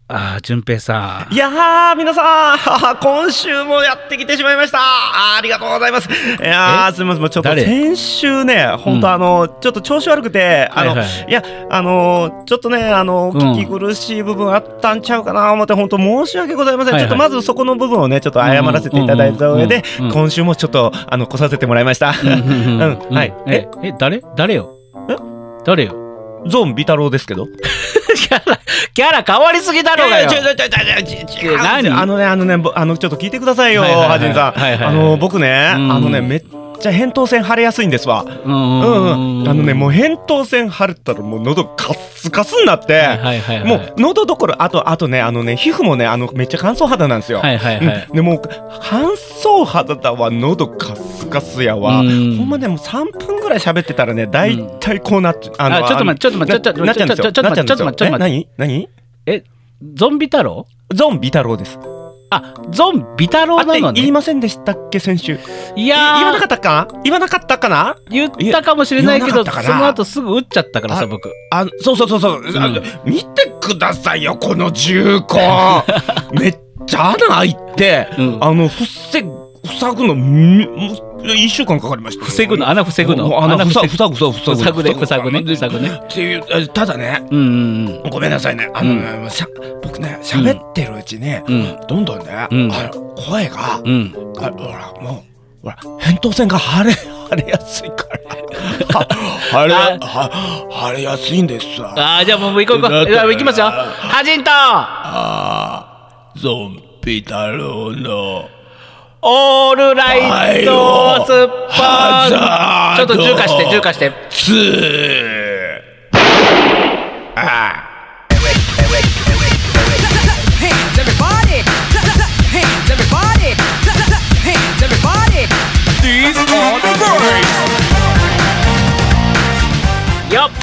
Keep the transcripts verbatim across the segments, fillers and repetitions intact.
あー、淳平さん。 いやー、皆さん、今週もやってきてしまいました。あ, ありがとうございます。いやー、すみません、ちょっと先週ね、本当あの、うん、ちょっと調子悪くて、あの、はいはい、いや、あの、ちょっとね、あの、聞き苦しい部分あったんちゃうかなと思って、本当申し訳ございません。はいはい、ちょっとまずそこの部分をね、ちょっと謝らせていただいた上で、今週もちょっと、あの、来させてもらいました。うん、はい。 え、え、誰誰よえ誰よゾンビ太郎ですけど。 キャラ、キャラ変わりすぎだろうがよ。 いやいや、ちょ、ちょ、ちょ、ちょ、何？あのね、あのね、あの、ちょっと聞いてくださいよ、はじんさん。あの、僕ね、あのね、めっちゃ扁桃腺腫れやすいんですわ。うんうん。あのね、もう扁桃腺腫れたらもう喉カッスカスになって、もう喉どころ、あと、あとね、あのね、皮膚もね、あの、めっちゃ乾燥肌なんですよ。はいはいはい。でも、乾燥肌だわ、喉カッスカスやわ。ほんまね、もうさんぷんぐらい喋ってたらね、だいたいこうなっちゃう。 あ、ちょっと待って、ちょっと待って、ちょっと待って、ちょっと待って、ちょっと待って、ちょっと待って、 何何え、ゾンビ太郎？ ゾンビ太郎です。 あ、ゾンビ太郎なのね。 言いませんでしたっけ先週。 いやー、 言わなかったかな言わなかったかな言ったかもしれないけど、その後すぐ打っちゃったからさ、僕。 あ、そうそうそうそう、うん、見てくださいよこの銃口。めっちゃ穴開いて、うん、あの防ぐ塞ぐのいっしゅうかんかかりました。 防ぐの、穴防ぐの、 穴塞ぐ塞ぐ塞ぐ塞ぐね塞ぐね塞ぐねっていう。ただね、 うんうんうん、 ごめんなさいね、あの、うん、しゃ僕ね喋ってるうちに、うん、どんどんね、うん、あの声が、うん、あほらもうほら扁桃腺が腫れ腫れやすいから腫れ腫れやすいんですさ。 あー、じゃあもう行こう行こう、行きますよ。はじんとあゾンビ太郎のオールライトスッパー。ちょっと重化して重化してツーあよっ。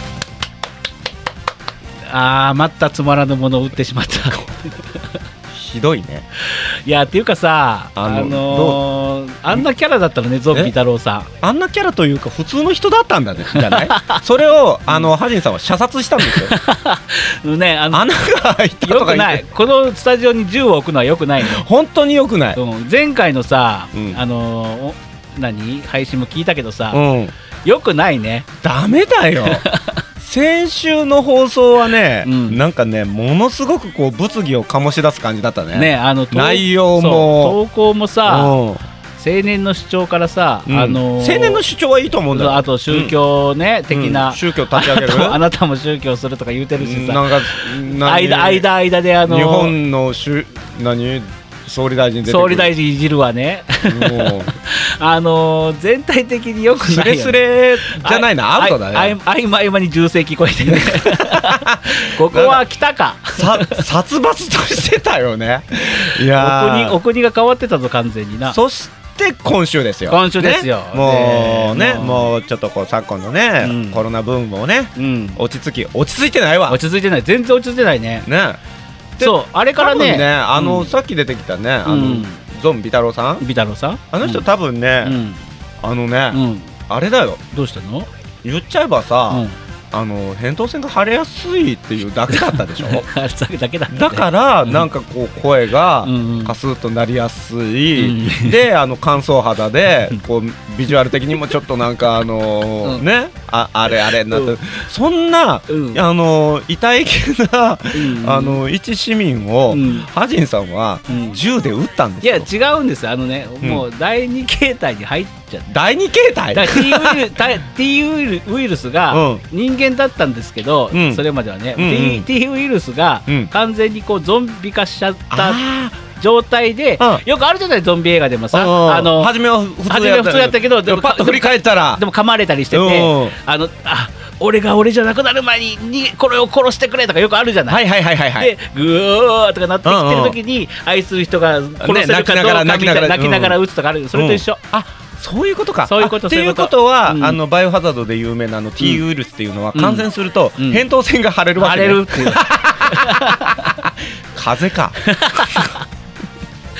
あー、またつまらぬものを打ってしまった。 ひどいね。 いやっていうかさ、あの、あのー、あんなキャラだったのね、ゾンビ太郎さん。 あんなキャラというか普通の人だったんだね、じゃないそれをあのハジンさんは射殺したんですよ。 ね、あの穴が開いたとかよくない。このスタジオに銃を置くのはよくないの。 本当によくない、 うん、前回のさ、うん、あのー、何配信も聞いたけどさ、うん、よくないね。 ダメだよ。先週の放送はね、うん、なんかねものすごくこう物議を醸し出す感じだったね。 ね、あの内容も投稿もさ、うん、青年の主張からさ、うん、あのー、青年の主張はいいと思うんだよ。 あと宗教ね、うん、的な、 うん、宗教立ち上げる。 あなたも宗教するとか言うてるしさ、 なんか間間間であのー、 日本のしゅ何総理大臣出てくる。 総理大臣いじるわね。あのー、全体的によくないよ、ね。 スレスレじゃないな、アウトだね。 合間合間に銃声聞こえてね。ここは来たか。 さ殺伐としてたよね。いやお国お国が変わってたぞ完全にな。 そして今週ですよ。 今週ですよ。 ね、もうね、もうちょっとこう昨今のね、うん、コロナブームもね、うん、落ち着き落ち着いてないわ。 落ち着いてない。全然落ち着いてないね。 ね。 そうあれからね、 ねあの、うん、さっき出てきたね、あの、うん、ゾンビ太郎さんビ太郎さんあの人、うん、多分ね、うん、あのね、うん、あれだよ。 どうしたの？ 言っちゃえばさ、うん、あの扁桃腺が腫れやすいっていうだけだったでしょ。 だけだったね。 だから、うん、なんかこう声がカスッとなりやすい、うん、であの乾燥肌でこうビジュアル的にもちょっとなんかあのーうん、ね あ, あれあれになって、うん、そんな、うん、あの痛い系な、うん、あの一一民を、うん、ハジンさんは銃で撃ったんですよ。 いや違うんです。あのね、うん、もう第二形態に入っちゃって。 第二形態？ だ T, ウイル T ウイルウイルスが人間だったんですけど、うん、それまではね、うんうん、T, T ウイルスが完全にこうゾンビ化しちゃった状態で、うん、よくあるじゃないゾンビ映画でもさ、あの初めは普通 や, 初めは普通やったけどでもパッと振り返ったらでも噛まれたりしてて、あのあ俺が俺じゃなくなる前ににこれを殺してくれとかよくあるじゃない。 はいはいはいはい、はい、 でグーとかなってきてる時に、うんうん、愛する人が殺せるかどうかみたいな泣きながら撃つとかある、うん、それと一緒、うん、 あそういうことか。 そういうこと。 っていうことは、うん、あのバイオハザードで有名なあの T ウイルスっていうのは、うん、感染すると、うん、扁桃腺が腫れるわけね。 腫れるっていう。 風邪か。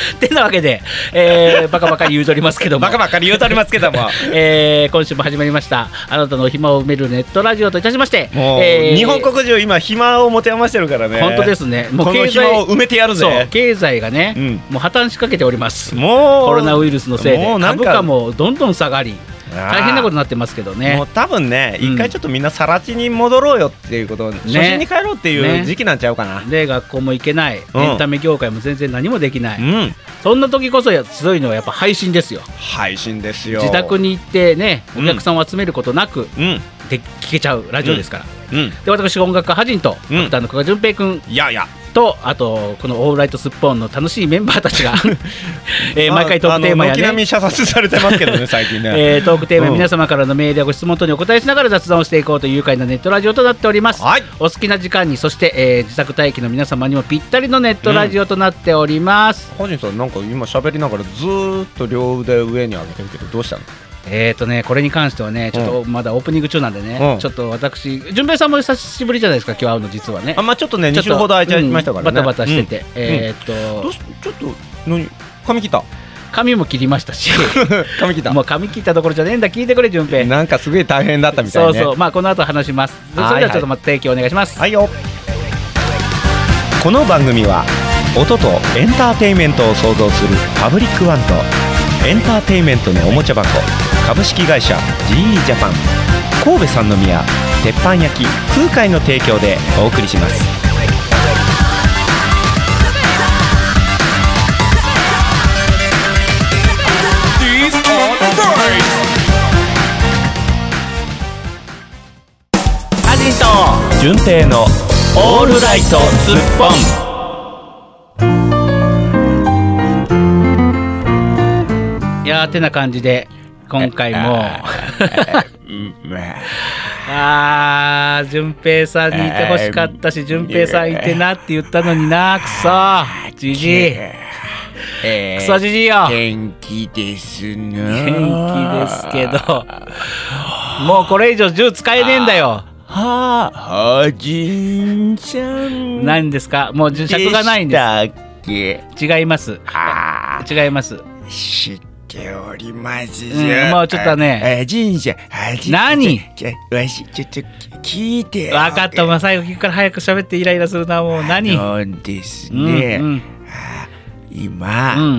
てなわけで、えー、バカバカに言うとりますけどもバカバカに言うとりますけども、 えー、今週も始まりましたあなたの暇を埋めるネットラジオといたしまして、 もう、えー、日本国中今暇を持て余してるからね。 本当ですね。もう経済、 この暇を埋めてやるぜ。 そう、経済がね、うん、もう破綻しかけております。 もうコロナウイルスのせいで株価もどんどん下がり、大変なことになってますけどね。 もう多分ね、一回ちょっとみんな更地に戻ろうよっていうことを、ね、初心に帰ろうっていう時期なんちゃうかな、 ね、で学校も行けない、うん、エンタメ業界も全然何もできない、 うん、 そんな時こそ強いのはやっぱ配信ですよ。 配信ですよ。 自宅に行ってね、お客さんを集めることなく、うん、で聞けちゃうラジオですから、うんうん、で私音楽家ハジンと、うん、アクターの久我淳平君、 いやいやと、あとこのオールライトスッポンの楽しいメンバーたちが、えー、毎回トークテーマやね、 軒並み射殺されてますけどね最近ね、 えー、トークテーマ、うん、皆様からのメールやご質問等にお答えしながら雑談をしていこうという愉快なネットラジオとなっております、はい、お好きな時間に、そして、えー、自宅待機の皆様にもぴったりのネットラジオとなっております。 ハジンさん、なんか今喋りながらずーっと両腕上に上げてるけどどうしたの？ えーとね、これに関してはね、ちょっとまだオープニング中なんでね、うん、ちょっと私、淳平さんも久しぶりじゃないですか、今日会うの実はね。 あ、まあ、ちょっとね、に週ほど空いちゃいましたからね、 うん、バタバタしてて、うん、えーとどうしちょっと何髪切った？ 髪も切りましたし髪切ったもう髪切ったところじゃねえんだ、聞いてくれ淳平。 なんかすごい大変だったみたいね。 そうそう、まあこの後話します。それではちょっとまた提供お願いします。 はいよ。この番組は音とエンターテインメントを創造するパブリックワンとエンターテインメントのおもちゃ箱株式会社 ジーイー ジャパン、神戸三宮鉄板焼き空海の提供でお送りします。 ハジンと淳平のオールライトスッポン。いやーてな感じで今回もあー淳平さんにいてほしかったし、淳平さんいてなって言ったのにな、くそじじい、くそじじいよ。 元気ですな。 元気ですけどもうこれ以上銃使えねえんだよ。 はあ、はじんちゃん何ですか？もう尺がないんです。 だっけ？ 違います。あ、違います。 知っておりますじゃ、うん、もうちょっとね、 あ、じんちゃん、 何？ わしちょっと聞いて。 分かった、お前最後聞くから早く喋ってイライラするな。もう何？ あのですね、うんうん、あ今、うんうんうん、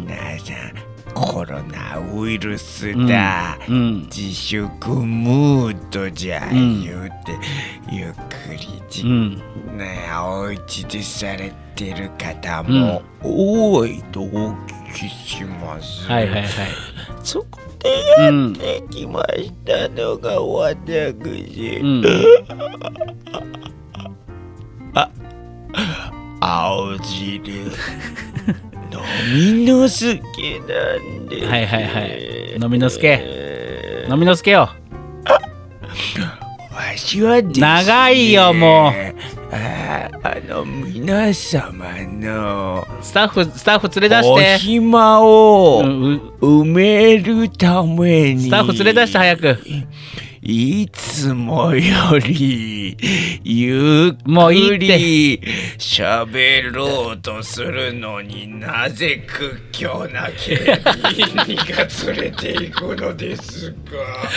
皆さんコロナウイルスだ、うんうん、自粛ムードじゃ、うん、言うてゆっくりじ、うん、ね、お家でされてる方も多いとお聞きします、 うん、はいはいはい。 そこでやってきましたのが私、うん、あ、青汁飲みのすけなんで、 はいはいはい、飲みのすけ、飲みのすけよ。 わしはですね、 長いよもう。 あ, あの皆様のスタッフスタッフ連れ出して、 お暇を埋めるために、 スタッフ連れ出して早く。 いつもよりゆっくり喋ろうとするのに、なぜ屈強な警備員が連れて行くのですか？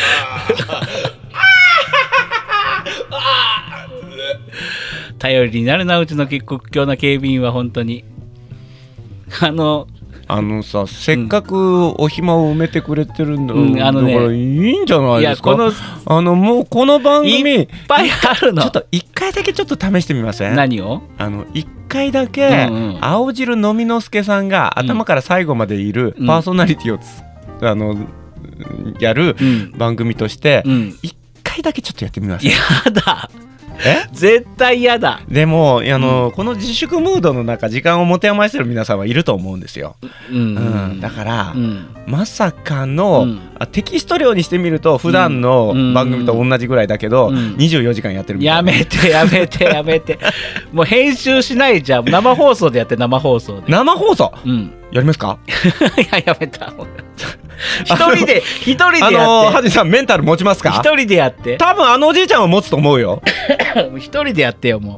頼りになるな、うちの屈強な警備員は。本当にあのあのさ、せっかくお暇を埋めてくれてるんだ、うん、あのね、だからいいんじゃないですか。いや、このあのもうこの番組いっぱいあるの。 ちょっと一回だけちょっと試してみません？ 何を？ あの一回だけ、うんうん、青汁のみのすけさんが頭から最後までいるパーソナリティをつ、うん、あのやる番組として一、うんうん、回だけちょっとやってみません？ やだ。 え絶対嫌だ。 でもあの、うん、この自粛ムードの中時間を持て余してる皆さんはいると思うんですよ、うんうんうん、だから、うん、まさかの、うん、テキスト量にしてみると普段の番組と同じぐらいだけど、うん、にじゅうよじかんやってるみたいな。 やめてやめてやめてもう編集しないじゃん。生放送でやって。生放送で生放送、うん、やりますか？ いややめた一人で一人でやって。 あのー、ハジさんメンタル持ちますか？ 一人でやって。 多分あのおじいちゃんは持つと思うよ。 一人でやってよも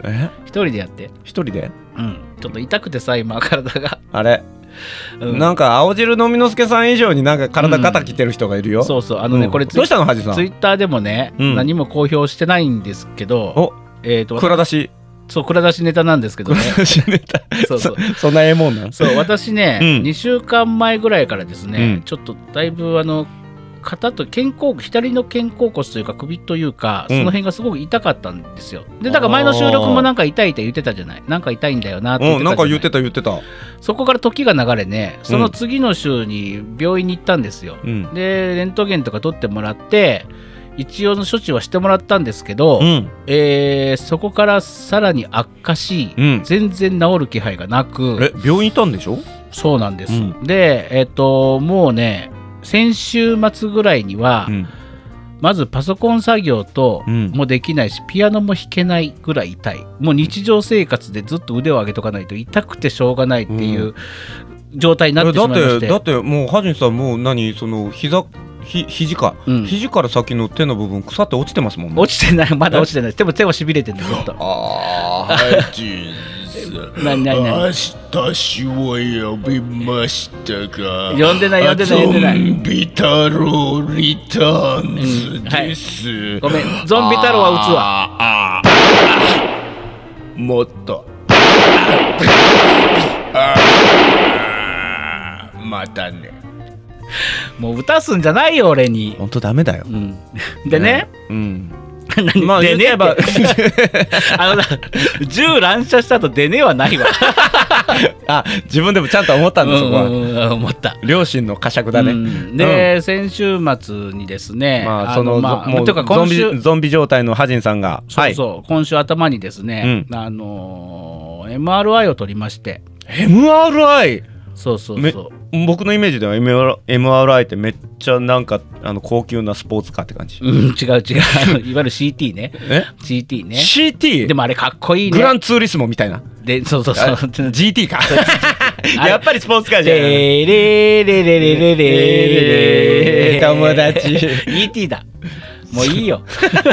え一人でやって一人でうんちょっと痛くてさ今体があれ、うん、なんか青汁のみのすけさん以上になんか体ガタきてる人がいるよ、うん、 そうそうあのね、うん、これどうしたのハジさんツイッターでもね、うん、何も公表してないんですけどおえーと蔵出しそう蔵出しネタなんですけどね蔵出しネタそうそう そ, そんなええもんなんそう私ね、うん、にしゅうかんまえぐらいからですね、うん、ちょっとだいぶあの肩と肩甲左の肩甲骨というか首というか、うん、その辺がすごく痛かったんですよ。でだから前の収録もなんか痛いって言ってたじゃない。なんか痛いんだよなって言ってたじゃない。 うん、なんか言ってた言ってた。 そこから時が流れね、その次の週に病院に行ったんですよ、うん、でレントゲンとか取ってもらって一応の処置はしてもらったんですけど、うん、えー、そこからさらに悪化し、うん、全然治る気配がなく。 え病院行ったんでしょ。 そうなんです、うん、でえっ、ー、ともうね先週末ぐらいには、うん、まずパソコン作業ともできないし、うん、ピアノも弾けないぐらい痛い。もう日常生活でずっと腕を上げとかないと痛くてしょうがないっていう状態になってしまいまして、 だってだってもうハジンさんもう何その膝ひ肘か、うん、肘から先の手の部分腐って落ちてますもんね。 落ちてないまだ落ちてない。でも手はしびれてるんだずっと。 ああハジンなになになに私を呼びましたか。 呼んでない呼んでない呼んでない。 ゾンビ太郎リターンズです、うんはい、 ごめんゾンビ太郎は打つわ。 ああもっとあまたね。 もう打たすんじゃないよ俺に。 ほんとダメだよ、 うん、でね、 うん、 まあでねばあの銃乱射したとでねはないわあ自分でもちゃんと思ったんだそこは。 うん思った両親の呵責だね、うん、 で、うん、先週末にですね、 まあ、そのまあもうゾンビ、ゾンビ状態のハジンさんがそうそう、はい、今週頭にですね、うん、あのー、エムアールアイ を取りまして。 エムアールアイそうそうそう僕のイメージでは エムアールアイ ってめっちゃなんかあの高級なスポーツカーって感じ。 うん、違う違ういわゆる シーティー ね。 えシーティー ねシーティーでもあれかっこいいね。 グランツーリスモみたいなでそうそうそうジーティー かやっぱりスポーツカーじゃん。 レレレレレレレレ友達イーティー だもういいよ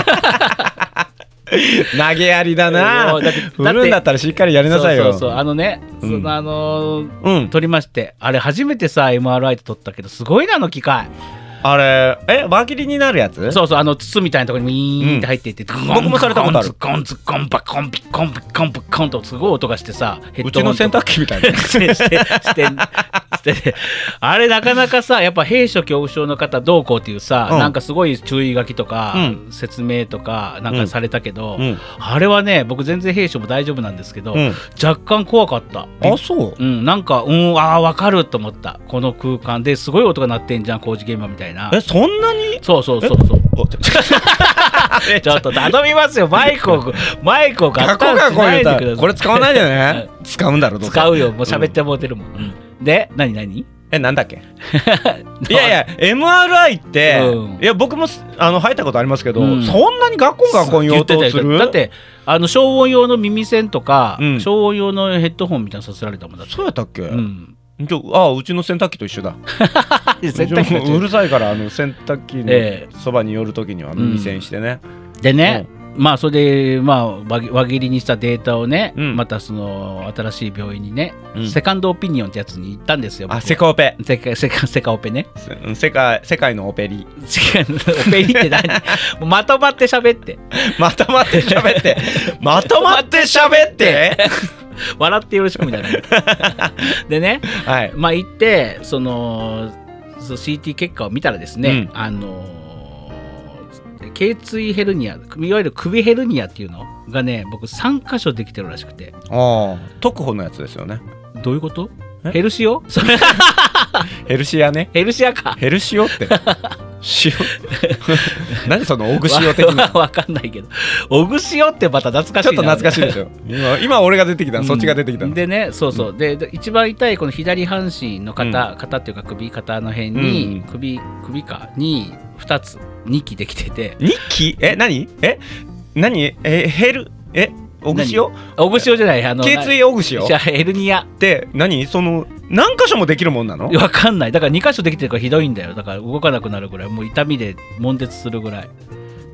投げやりだな。振るんだったらしっかりやりなさいよ。 そうそうそうあのね、うん、そのあのーうん、撮りましてあれ初めてさ エムアールアイ で撮ったけどすごいなあの機械。 あれえ輪切りになるやつ。 そうそうあの筒みたいなところにウィーンって入っていって、うん、 僕もされたことある。 コンツコンパコンピコンピコンピコンとすごい音がしてさヘッドホンうちの洗濯機みたいなしてしてしてしてあれなかなかさやっぱ閉所恐怖症の方どうこうっていうさ、うん、なんかすごい注意書きとか、うん、説明とかなんかされたけど、うん、あれはね僕全然閉所も大丈夫なんですけど、うん、若干怖かった。 あそう、 うん、なんかうんあ分かると思った。この空間ですごい音が鳴ってんじゃん工事現場みたいな。 えそんなにそうそうそうそうちょっと頼みますよマイクをマイクをガッタンしないでください。 これ使わないでね使うんだろう。 使うよもう喋ってもうてるもん、うん、で何何えなんだっけいやいや エムアールアイ って、うん、いや僕もあの入ったことありますけど、うん、そんなにガコンガコン用途する。 だってあの消音用の耳栓とか、うん、消音用のヘッドホンみたいなのさせられたもんだって。 そうやったっけ、 うんああうちの洗濯機と一緒だ洗濯機うるさいからあの洗濯機のそばに寄るときには耳栓してね、 うん、でね、うん、まあそれでまあ輪切りにしたデータをね、うん、またその新しい病院にね、うん、セカンドオピニオンってやつに行ったんですよ。 あセカオペセカセカセカオペね世界世界のオペリオペリって何まとまって喋ってまとまって喋ってまとまって喋って笑ってよろしくみたいなでね、はい、まあ行ってその シーティー 結果を見たらですね、うん、あの頸椎ヘルニアいわゆる首ヘルニアっていうのがね僕さん箇所できてるらしくて。 ああ特保のやつですよね。 どういうこと？ヘルシオヘルシアね。 ヘルシアか。 ヘルシオって塩何そのオグシオ的なわかんないけどオグシオってまた懐かしいな。 ちょっと懐かしいでしょ今, 今俺が出てきたの、うん、そっちが出てきたのでねそうそう、うん、で, で一番痛いこの左半身の肩、うん、肩っていうか首肩の辺に、うん、首首かにふたつにきできてて。 にきえ何え何えヘルえオグシオオグシオじゃないあの頸椎オグシオじゃあヘルニアって何その何箇所もできるもんなの？ わかんない。だからに箇所できてるからひどいんだよ。だから動かなくなるぐらいもう痛みで悶絶するぐらい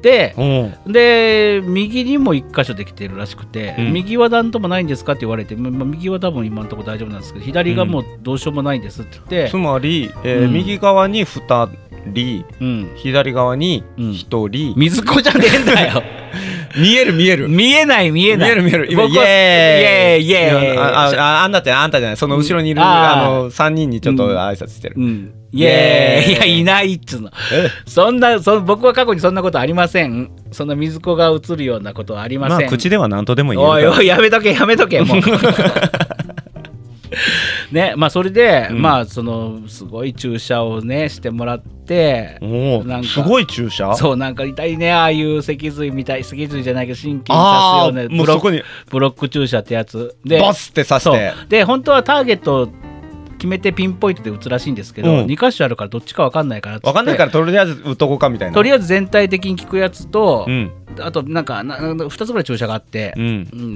て、で右にもいっ箇所できてるらしくて、うん、右は何ともないんですかって言われて、まあ、右は多分今のところ大丈夫なんですけど、左がもうどうしようもないんですって言って、うん、 つまり、えーうん、右側にふたり、うん、左側にひとり、 うん、水子じゃねえんだよ見える見える見えない見えない見える見える僕はイエーイイエーイあああんだってあんたじゃない、その後ろにいる、うん、あ, あのさんにんにちょっと挨拶してる、うんうん、 イエーイいやいないっつうのそんなそ僕は過去にそんなことありません。そんな水子が映るようなことはありません。 まあ口では何とでも言えるから。おいおいやめとけやめとけもうね、まあそれで、うん、まあそのすごい注射をねしてもらって、 おなんかすごい注射、 そうなんか痛いね、ああいう脊髄みたい、脊髄じゃないけど神経に刺すようなブロックブロック注射ってやつでバスって刺してで本当はターゲット決めてピンポイントで打つらしいんですけど、うん、に箇所あるからどっちか分かんないからっつって、 分かんないからとりあえず打っとこうかみたいな、 とりあえず全体的に効くやつと、うん、あとなんかなふたつぐらい注射があって、うん、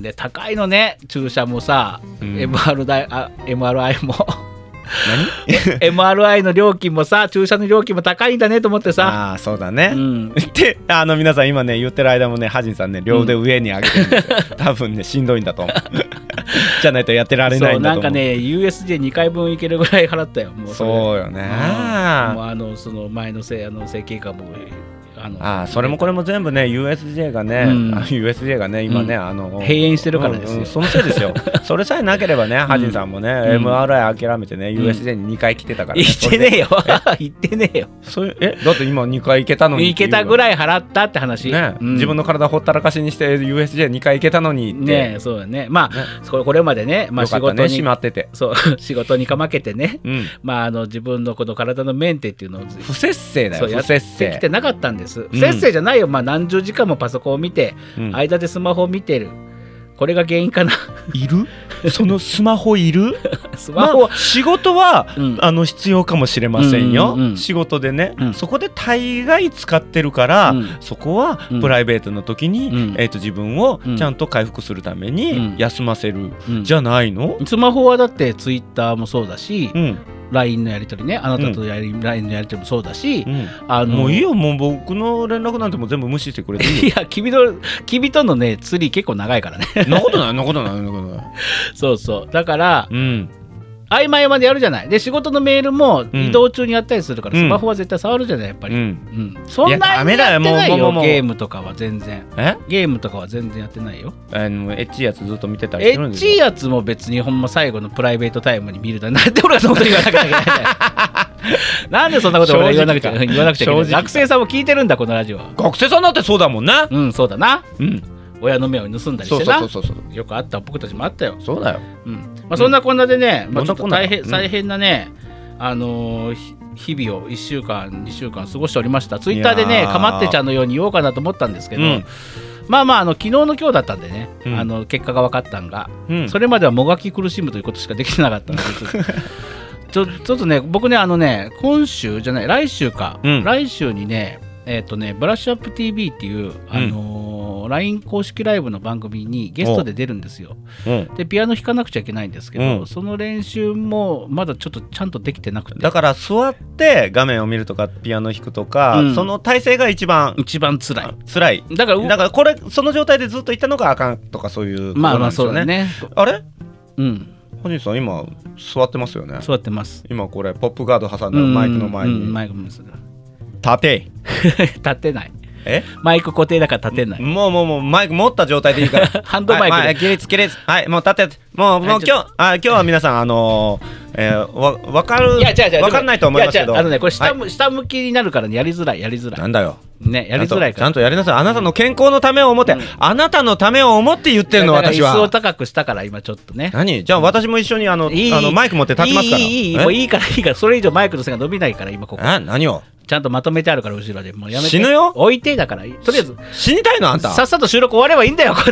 で高いのね注射もさ、うん、エムアールアイ あ エムアールアイ も何エムアールアイ の料金もさ、注射の料金も高いんだねと思ってさ、 ああそうだね、うん、であの皆さん今ね言ってる間もねハジンさんね両腕上に上げてるんですよ、うん、多分ねしんどいんだと思うじゃないとやってられないんだと思う。 そうなんかね ユーエスジェーに 回分いけるぐらい払ったよ。もうそ, そうよね、 うん、もうあのその前のせいあの整形外科もあのあそれもこれも全部ね ユーエスジェー がね、うん、ユーエスジェー がね今ね、うん、あの閉園してるからですよ、うんうん、 そのせいですよそれさえなければねハジンさんもね、うん、エムアールアイ 諦めてね、うん、ユーエスジェー ににかい来てたから、ね、 行ってねえよ行ってねえよそういうえだって今にかい行けたのに行けたぐらい払ったって話、 ねうん、自分の体ほったらかしにして ユーエスジェーに 回行けたのにってねそうだねまあねこれまでね、まあ、仕事に閉まっててそう仕事にかまけてね、うんまあ、あの自分のこの体のメンテっていうのを不節制だよ不節制やってきてなかったんです、うん、不節制じゃないよ、まあ、何十時間もパソコンを見て、うん、間でスマホを見てるこれが原因かないるそのスマホいるスマホ、まあ、仕事は、うん、あの必要かもしれませんよ、うんうんうん、仕事でね、うん、そこで大概使ってるから、うん、そこはプライベートの時に、うんえー、と自分をちゃんと回復するために休ませる、うん、じゃないの。 スマホはだってツイッターもそうだし、うんライン のやり取りね、あなたとやり、うん、ライン のやり取りもそうだし、うん、 あのもういいよ、もう僕の連絡なんてもう全部無視してくれていいよ。 いや君の君とのね釣り結構長いからね。 そんなことないそんなことないそんなことない。 そうそうだから、うん、合間合間でやるじゃない。で仕事のメールも移動中にやったりするから、うん、スマホは絶対触るじゃないやっぱり、うんうん、そんなにやってないよゲームとかは全然えゲームとかは全然やってないよ。 あのエッチいやつずっと見てたりするんですよ。 エッチいやつも別にほんま最後のプライベートタイムに見るだなんで俺がそのこと言わなきゃいけないんだよなんでそんなこと俺が言わなくちゃ言わなくちゃいけない。学生さんも聞いてるんだこのラジオは。 学生さんだってそうだもんな。 うんそうだなうん親の目を盗んだりしてな。 そうそうそうそうよくあった僕たちもあったよ。 そうだよ、 うんまあ、そんなこんなでね、うんまあ、ちょっと大変、うん、大変なね、あのー、日々をいっしゅうかんにしゅうかん過ごしておりました。ツイッターでねかまってちゃんのように言おうかなと思ったんですけど、うん、まあまああの昨日の今日だったんでね、うん、あの結果が分かったんが、うん、それまではもがき苦しむということしかできてなかったんでちょ, ちょっとね僕ねあのね今週じゃない来週か、うん、来週にねえっ、ー、とねブラッシュアップ ティーブイ っていう、あのーうん、ライン 公式ライブの番組にゲストで出るんですよ、うん、でピアノ弾かなくちゃいけないんですけど、うん、その練習もまだちょっとちゃんとできてなくてだから座って画面を見るとかピアノ弾くとか、うん、その体勢が一番一番辛い辛いだからだからこれその状態でずっといったのがあかんとかそういうことなんですよね。まあまあそうだね。あれうんハジンさん今座ってますよね。 座ってます。 今これポップガード挟んだマイクの前に、うんうんうん、マイクもする立て立てないえマイク固定だから立てない。 もうもうもうマイク持った状態でいいからハンドマイクで、はい、 起立起立はいもう立てもうもう今日あ今日は皆さんあのー、えー、わ分かる分かんないと思いますけどあのねこれ下、はい、下向きになるから、ね、やりづらいやりづらいなんだよねやりづらいからちゃんとやりなさい。あなたの健康のためを思って、うん、あなたのためを思って言ってるの私は。 椅子を高くしたから今ちょっとね。 何じゃあ私も一緒にあの、いいあのマイク持って立ちますからいいいいいいもういいからいいからそれ以上マイクの線が伸びないから今ここえ何をちゃんとまとめてあるから後ろでもうやめて死ぬよ置いてだからとりあえず死にたいのあんたさっさと収録終わればいいんだよこれ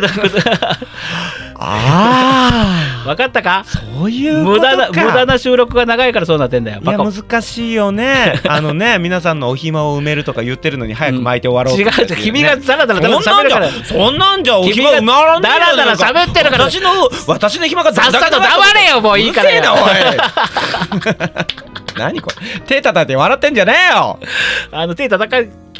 ああ分かったかそういうことか。 無駄な無駄な収録が長いからそうなってんだよ。 いや難しいよねあのね皆さんのお暇を埋めるとか言ってるのに早く巻いて終わろう、 うん、違う違う君がダラダラダラ喋るからそんなんじゃお暇埋まらんねえダラダラ喋ってるから私の私の暇がさっさと黙れよもういいからようるせえなおい何これ手叩いて笑ってんじゃねえよ。 あの手叩か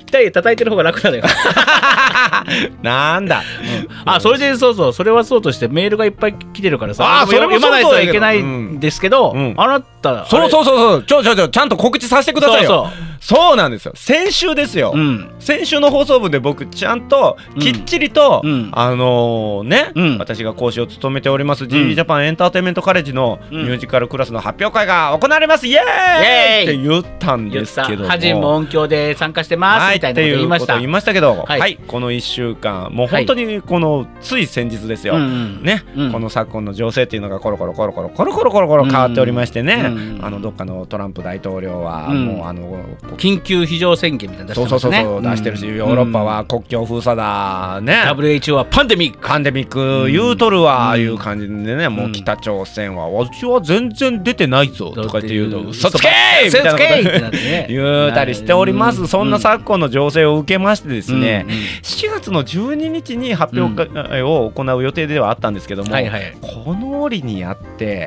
鍛え叩いてる方が楽なのよなんだ、 うん、あそれでそうそうそれはそうとしてメールがいっぱい来てるからさあそれも読まないといけないんですけど、うん、あなたそうそうそうそうちょちょちょちゃんと告知させてくださいよ。そうそうそうなんですよ。先週ですよ、うん、先週の放送分で僕ちゃんときっちりと、うん、あのー、ね、うん、私が講師を務めております G ジャパンエンターテインメントカレッジのミュージカルクラスの発表会が行われます、イエーイって言ったんですけども、 はじんも音響で参加してます、はい、みたいなこと言いました。 言いましたけど、はい、はい、このいっしゅうかんもう本当にこのつい先日ですよ、はい、ね、うん、この昨今の情勢っていうのがコロコロコロコロコロコロコロコロ変わっておりましてね、うん、あのどっかのトランプ大統領はもうあの緊急非常宣言みたいなの出してますね。 そうそうそう出してるし、ヨーロッパは国境封鎖だね、 ダブリューエイチオー はパンデミックパンデミック言うとるわ、いう感じでね、もう北朝鮮は私は全然出てないぞとかって言うと嘘つけーみたいなこと言うたりしております。そんな昨今の情勢を受けましてですね、しちがつのじゅうににちに発表会を行う予定ではあったんですけども、この折にあって、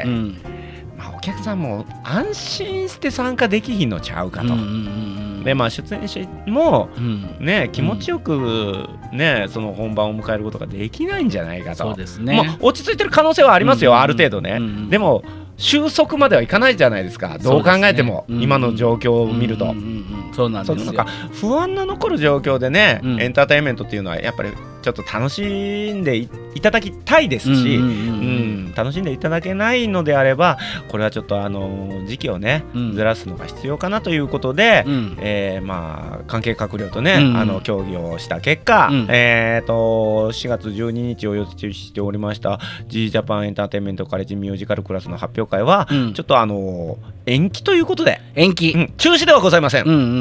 まあお客さんも安心して参加できひんのちゃうかと。でまあ出演者もね、気持ちよくねその本番を迎えることができないんじゃないかと。 そうですね、 まあ、落ち着いてる可能性はありますよ、ある程度ね。でも収束まではいかないじゃないですか、どう考えても、今の状況を見ると。 そうなんですよ。 なんか不安の残る状況でね、エンターテインメントっていうのはやっぱりちょっと楽しんで い, いただきたいですし、うんうんうん、楽しんでいただけないのであればこれはちょっとあの時期をね、うん、ずらすのが必要かなということで、うん、えー、まあ関係閣僚とね、うんうん、あの協議をした結果、うん、えー、としがつじゅうににちを予定しておりました G ジャパンエンターテインメントカレッジミュージカルクラスの発表会は、うん、ちょっとあの延期ということで延期、 うん、中止ではございません、うんうんうんうん、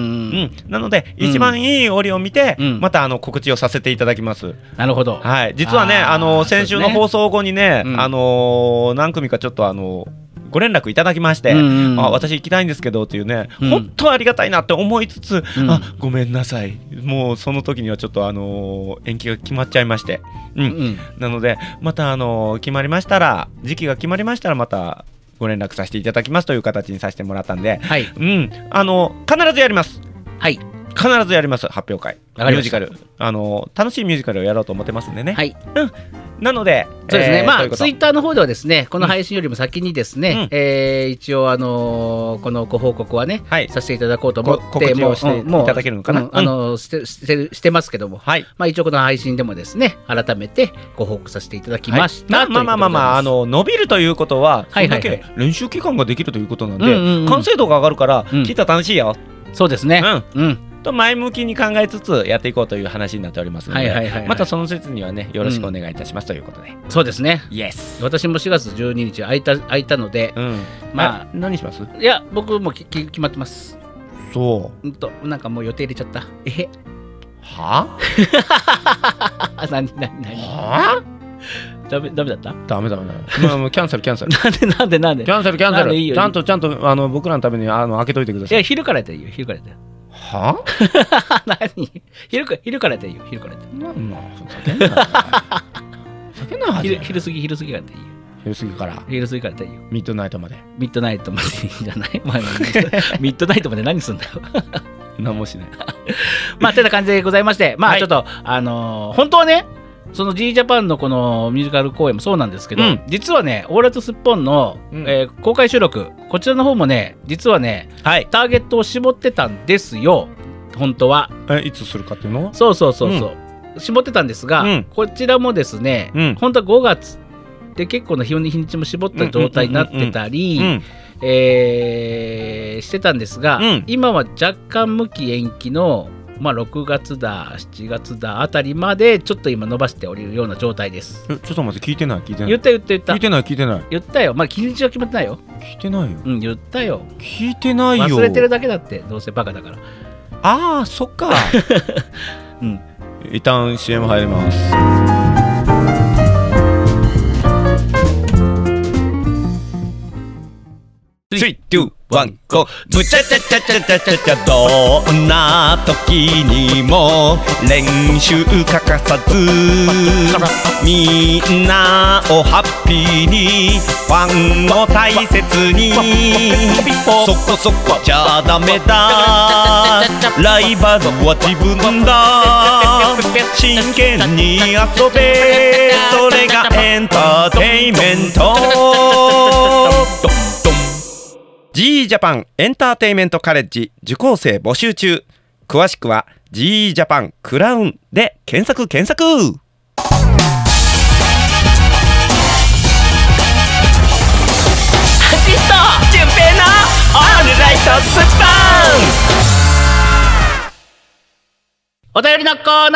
なので一番いい折を見て、うん、またあの告知をさせていただきます。 なるほど、 はい、実はねあの先週の放送後にね、うん、あの何組かちょっとあのご連絡いただきまして、うんうん、あ私行きたいんですけどっていうね、うん、本当ありがたいなって思いつつ、うん、あごめんなさいもうその時にはちょっとあの延期が決まっちゃいまして、うんうん、なのでまたあの決まりましたら時期が決まりましたらまたご連絡させていただきますという形にさせてもらったんで、はい、うん、あの必ずやります。はい、必ずやります発表会ミュージカルあの楽しいミュージカルをやろうと思ってますんでね。はい、うん、なのでそうですね、えー、まあツイッターの方ではですねこの配信よりも先にですね、うん、えー、一応あのー、このご報告はね、はい、させていただこうと思って告知をしていただけるのかな、 うん、あのー、してしてしてますけども、はい、まあ、一応この配信でもですね改めてご報告させていただきました、 はい、まあまあまあまああの伸びるということはそれだけ練習期間ができるということなんで、うんうんうん、完成度が上がるからきっと楽しいよ、 うん、そうですね、うん、うんと前向きに考えつつやっていこうという話になっておりますので、はいはいはいはい、またその説にはねよろしくお願いいたします、うん、ということで。 そうですね、 イエス。 私もしがつじゅうににち空いた空いたので、うん、まあ何します？ いや僕もきき決まってます。 そう、 うんとなんかもう予定入れちゃった。えへは何何何はダメダメだった？ ダメダメダメ。まあもうキャンセルキャンセル。 なんでなんでなんで？ キャンセルキャンセル。いいちゃんとちゃんとあの僕らのためにあの開けといてください。 いや昼からやったらいいよ昼からやったら。 は何昼か昼からやったらいいよ昼からやったら。 まあふざけんなよ。ふざけんなよ。 昼昼過ぎ昼過ぎからやったらいいよ。 昼過ぎから昼過ぎからやったらいいよ。 ミッドナイトまで。 ミッドナイトまでいいんじゃない？まあ、ミッドナイトまで何すんだよ。 何もしない。 まあてな感じでございまして、まあ、はい、ちょっとあのー、本当はね。その G ジャパンのこのミュージカル公演もそうなんですけど、うん、実はねオーラとスッポンの、うん、えー、公開収録こちらの方もね実はね、はい、ターゲットを絞ってたんですよ本当は。 えいつするかっていうの？ そうそうそうそう、うん、絞ってたんですが、うん、こちらもですね、うん、本当はごがつで結構の日にちも絞った状態になってたりしてたんですが、うん、今は若干無期延期のまあ、ろくがつだしちがつだあたりまでちょっと今伸ばしておるような状態です。 えちょっと待って聞いてない聞いてない言った言った言った聞いてない聞いてない言ったよ。まあ日にちは決まってないよ。 聞いてないよ。 うん言ったよ。 聞いてないよ。 忘れてるだけだってどうせバカだから。 ああそっか。うん一旦 シーエム 入ります。スリー、ツー、 ワンコブチャチャチャチャチャチャチャどんな時にも練習欠かさずみんなをハッピーにファンを大切にそこそこじゃダメだライバルは自分だ真剣に遊べそれがエンターテイメントG ジャパンエンターテイメントカレッジ受講生募集中詳しくは G ジャパンクラウンで検索検索はじとじゅんぺいのオールライトスパンお便りのコーナ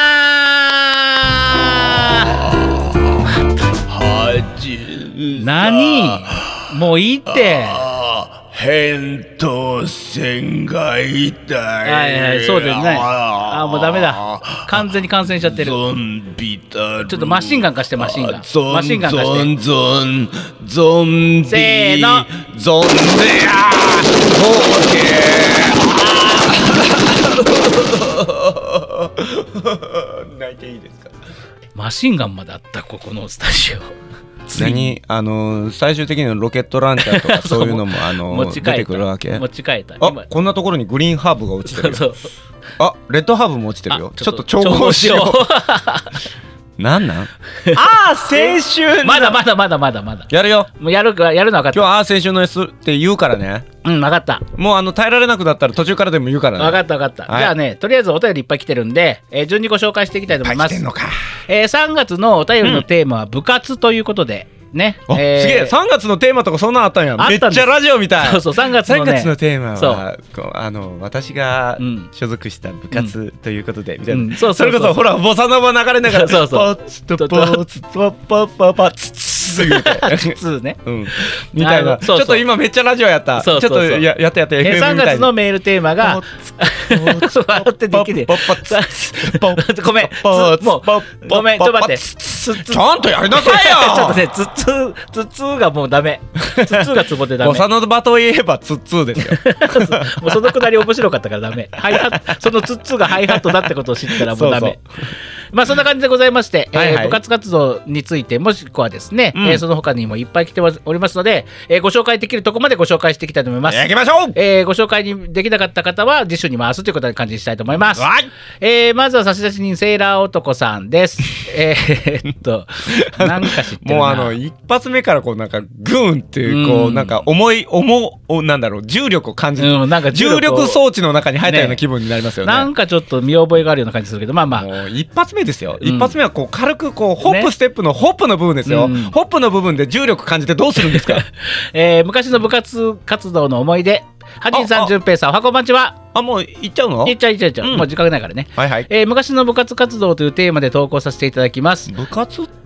ーはじ何もういいって扁桃腺が痛い。 はいはい、そうですね。あーもうダメだ。完全に感染しちゃってる。 ゾンビだ。 ちょっとマシンガン貸してマシンガン。 ゾンマシンガン貸して。 ゾンゾンビ。 せーの。 ゾンビあー。泣いていいですか。 マシンガンまであったここのスタジオ。 何あの最終的にロケットランチャーとかそういうのもあの出てくるわけ。 持ち帰った。 あこんなところにグリーンハーブが落ちてるよ。そうそうあレッドハーブも落ちてるよ。ちょっと調合しよう。なんなんああ青春まだまだまだまだまだやるよ。 もうやるかやるの分かった。 今日ああ青春の S って言うからね。 うん分かった。 もうあの耐えられなくなったら途中からでも言うからね。 分かった分かった、はい、じゃあねとりあえずお便りいっぱい来てるんで、えー、順にご紹介していきたいと思います。 来てんのか。 えー、さんがつのお便りのテーマは部活ということで、うんね、 えー、すげえさんがつのテーマとかそんなんあったんや。めっちゃラジオみたい。 そうそうさんがつのねさんがつのテーマはこうあの私が所属した部活ということで、うん、みたいな、うん、そうそうそうそうそれこそほらボサノバ流れながらそうそうポツとポツとポポポツツツね、 うん、みたいな。ちょっと今めっちゃラジオやった。そうそうそうちょっと や, やったやった エフエム みたいな。 さんがつのメールテーマが笑ってできる。ごめんもうごめんちょっと待ってちゃんとやりなさいよ。 ちょっとねつつつつがもうダメ。つつがツボでダメ。 ボサノバといえばつつですよ。 もうそのくだり面白かったからダメ。ハイハッそのつつがハイハットだってことを知ったらもうダメ。そうそうまあそんな感じでございまして、はいはいえー、部活活動についてもしくはですね、うんえー、その他にもいっぱい来ておりますので、えー、ご紹介できるところまでご紹介していきたいと思います。 行きましょう。 えー、ご紹介にできなかった方は次週に回すということで感じにしたいと思います。はいえー、まずは差出人セーラー男さんです。えー、っとなんか知ってるな。 もうあの一発目からこうなんかグーンっていうこう、うん、なんか重い重なんだろう重力を感じる、うん、なんか重力装置の中に入ったような気分になりますよね。 なんかちょっと見覚えがあるような感じするけどまあまあもう一発目ですよ。一発目はこう軽くこうホップステップのホップの部分ですよ、ねうん、ホップの部分で重力感じてどうするんですか。 えー、昔の部活活動の思い出。はじんさん、じゅんぺいさん、おはこんばんちは。 あ、もう行っちゃうの？ 行っちゃう行っちゃう行っちゃう、うん、もう時間がないからね。 はいはい。 えー、昔の部活活動というテーマで投稿させていただきます。 部活って、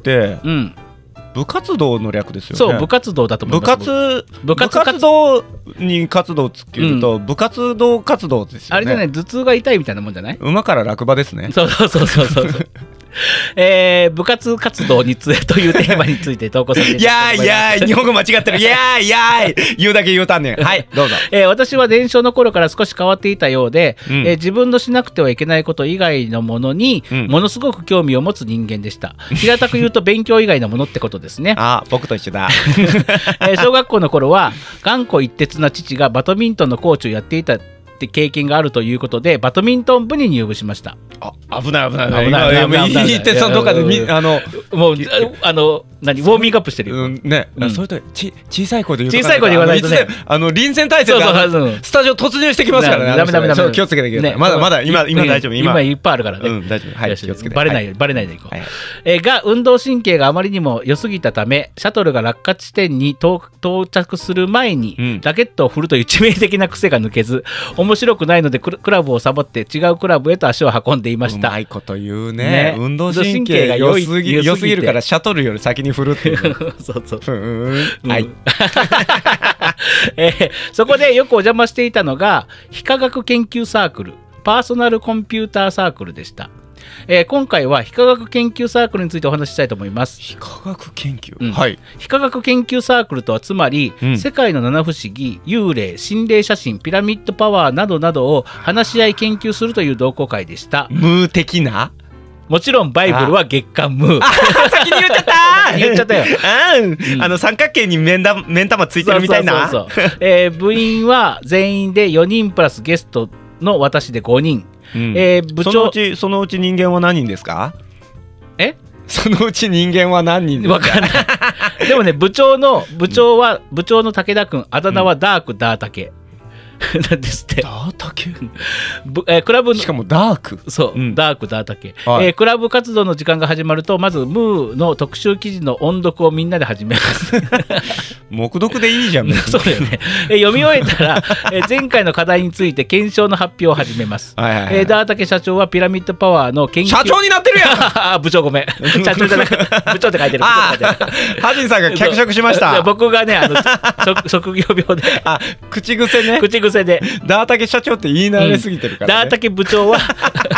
うん、部活動の略ですよね。 そう、部活動だと思います。 部活部活活動に活動をつけると、うん、部活動活動ですよね。 あれじゃない、頭痛が痛いみたいなもんじゃない？ 馬から落馬ですね。 そうそうそうそうそう。えー、部活活動についてというテーマについて投稿させていただきます。 いやいや日本語間違ってる。いやいや言うだけ言うたんねん。はいどうぞ。 えー、私は伝承の頃から少し変わっていたようで、うんえー、自分のしなくてはいけないこと以外のものに、うん、ものすごく興味を持つ人間でした。平たく言うと勉強以外のものってことですね。 あ僕と一緒だ。 えー、小学校の頃は頑固一徹な父がバドミントンのコーチをやっていたって経験があるということでバドミントン部に入部しました。 あ危ない危ない危ない危ない危ない危ない。いいってそのどっかでみあのもうあの何ウォーミングアップしてるよ、うん、 ね、うん、それとち小さい声で言うと小さい声で言わないとねあの臨戦態勢でスタジオ突入してきますからね。 ダメダメダメ気をつけてください、ね、まだまだ今今大丈夫 今, 今いっぱいあるからね、 うん、大丈夫はい気をつけてバレない、はい、バレないでいこう、はいえー、が運動神経があまりにも良すぎたためシャトルが落下地点に到着する前に、うん、ラケットを振るという致命的な癖が抜けず面白くないのでクラブをサボって違うクラブへと足を運んでいました。 うまいこと言う ね, ね運動神経が良すぎ良すぎるからシャトルより先に振るっていうそうそうはい、えー、そこでよくお邪魔していたのが非科学研究サークルパーソナルコンピューターサークルでした。 えー、今回は非科学研究サークルについてお話ししたいと思います。 非科学研究、 うん、 はい。 非科学研究サークルとはつまり、うん、世界の七不思議、幽霊、心霊写真、ピラミッドパワーなどなどを話し合い研究するという同好会でした。 ムー的な、 もちろんバイブルは月刊ムー。 先に言っちゃった言っちゃったよ。 うん、あの三角形に目ん玉目ん玉ついてるみたいな。 そうそうそうそう、えー、部員は全員でよにんプラスゲストの私でごにん。うん、えー、部長、 そのうちそのうち人間は何人ですか？ え？ そのうち人間は何人ですか？ わかんない。でもね、部長の部長は部長の武田君、あだ名はダークダータケ。なんですって。 ダータケ、 えー、クラブのしかもダーク、 そう、うん、ダークダータケ、はい、えー、クラブ活動の時間が始まるとまずムーの特集記事の音読をみんなで始めます。 黙読でいいじゃん。 そうだよね。えー、読み終えたら、えー、前回の課題について検証の発表を始めます。はいはいはい、えー、ダータケ社長はピラミッドパワーの研究、 社長になってるやん。 部長ごめん、社長じゃなくて部長って書いてる。 ハジンさんが脚色しました。 僕がね、あの職業病で、 あ、口癖ね、 口癖でダータケ社長って言い慣れすぎてるから、ね、 ダータケ部長は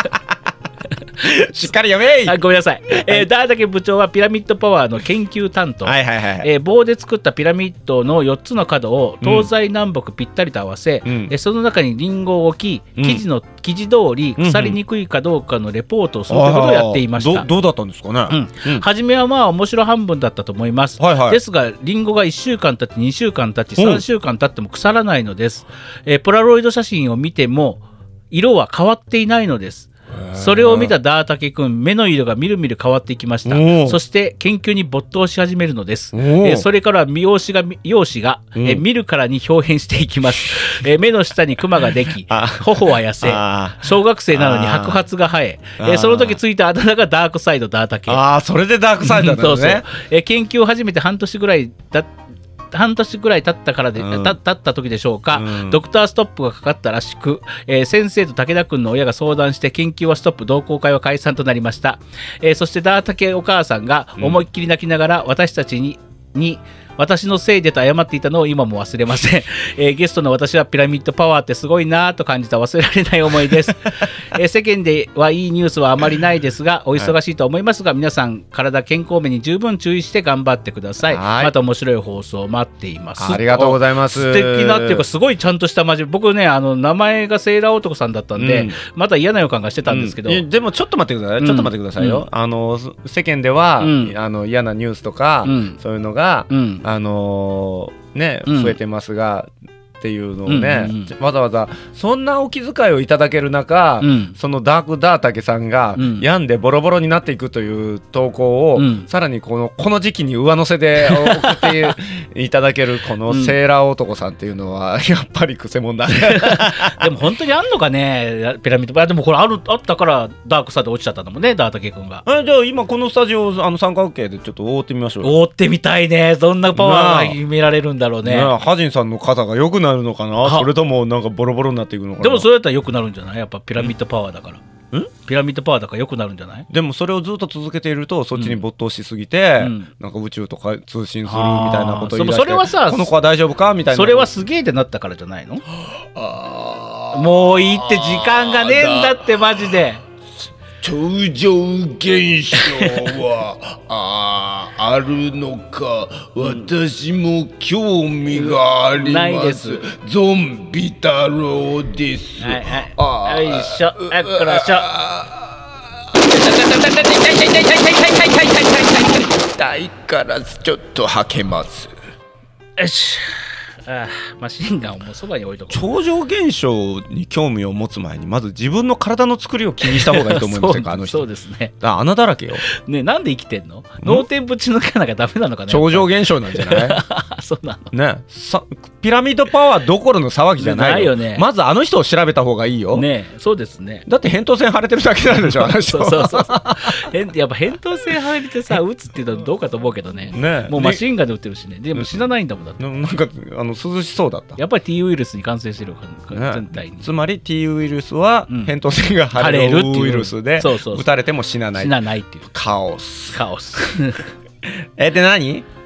しっかり読めい。 あ、ごめんなさい、えー、ダータケ部長はピラミッドパワーの研究担当、はいはいはい、えー、棒で作ったピラミッドのよっつの角を東西南北ぴったりと合わせ、うん、えー、その中にリンゴを置き、生地の生地通り腐りにくいかどうかのレポートをするということをやっていました。 ど, どうだったんですかね。 うんうん、初めはまあ面白半分だったと思います、はいはい、ですがリンゴがいっしゅうかん経ちにしゅうかん経ちさんしゅうかん経っても腐らないのです、えー、ポラロイド写真を見ても色は変わっていないのです。それを見たダータケ君、目の色がみるみる変わっていきました。そして研究に没頭し始めるのです。えー、それから容姿が容姿が、うん、えー、見るからに表変していきます。えー、目の下にクマができ、頬は痩せ、小学生なのに白髪が生え、えー、その時ついたあだ名がダークサイドダータケ。 ああ、それでダークサイドだったんですね。 そうそう、えー、研究を始めて半年ぐらいだ半年ぐらい経ったからで、うん、た経った時でしょうか、うん、ドクターストップがかかったらしく、えー、先生と武田君の親が相談して研究はストップ、同好会は解散となりました。えー、そしてダータケお母さんが思いっきり泣きながら私たちに、うん、に私のせいでと謝っていたのを今も忘れません。えー、ゲストの私はピラミッドパワーってすごいなと感じた忘れられない思いです。えー、世間ではいいニュースはあまりないですが、お忙しいと思いますが、皆さん体健康面に十分注意して頑張ってください。はい、また面白い放送を待っています。 ありがとうございます。 素敵なっていうかすごいちゃんとした真面目。僕ね、あの名前がセーラー男さんだったんで、うん、また嫌な予感がしてたんですけど、うん、 でもちょっと待ってください、うん、ちょっと待ってくださいよ、うん、あの世間では、うん、あの嫌なニュースとか、うん、そういうのが、うん、あのね、増えてますが、うん、っていうのをね、うんうんうん、わざわざそんなお気遣いをいただける中、うん、そのダークダータケさんが、うん、病んでボロボロになっていくという投稿を、うん、さらにこのこの時期に上乗せで送っていただけるこのセーラー男さんっていうのは、うん、やっぱりくせ者だね。 でも本当にあんのかね、ピラミッド。でもこれあるあったからダークサイド落ちちゃったんだもんね、ダータケ君が。 え、じゃあ今このスタジオあの三角形でちょっと覆ってみましょう。 覆ってみたいね。どんなパワーが見られるんだろうね。 ハジンさんの肩が良くなるのかな、それともなんかボロボロになっていくのかな。 でもそれだったら良くなるんじゃない？やっぱピラミッドパワーだから。ん？ピラミッドパワーだから良くなるんじゃない？ でもそれをずっと続けているとそっちに没頭しすぎて、うん、なんか宇宙とか通信するみたいなことを言い出して、それはさ、この子は大丈夫かみたいな。 それはすげえってなったからじゃないの？あ、もういいって、時間がねえんだってマジで。 超常現象はあ, あるのか、私も興味があります。ないです。ゾンビ太郎です。 はいはい、あよいしょ、あっこらしょ。 痛いからちょっと吐けます。 よし、ああ、マシンガンをもうそばに置いとこう。 超常現象に興味を持つ前にまず自分の体の作りを気にした方がいいと思いますか。あの人。 そうですね。 あ、穴だらけよ。 ね、なんで生きてんの？脳天ぶち抜かなきゃダメなのかね。 超常現象なんじゃない？ そうなの。 ね、さピラミッドパワーどころの騒ぎじゃないよ。ないよね。まずあの人を調べた方がいいよ。 ね、そうですね。 だって扁桃腺腫れてるだけなんでしょ。あの人。 そうそうそう。やっぱ扁桃腺腫れてさ、打つっていうのはどうかと思うけどね。ね、もうマシンガンで打ってるしね。でも死なないんだもんだって。 なんかあの涼しそうだった。 やっぱり T ウイルスに感染してるから、全体に、 ね、つまり T ウイルスは扁桃腺が腫れるウイルスで打たれても死なない。 死なないっていうカオスカオス。 えで何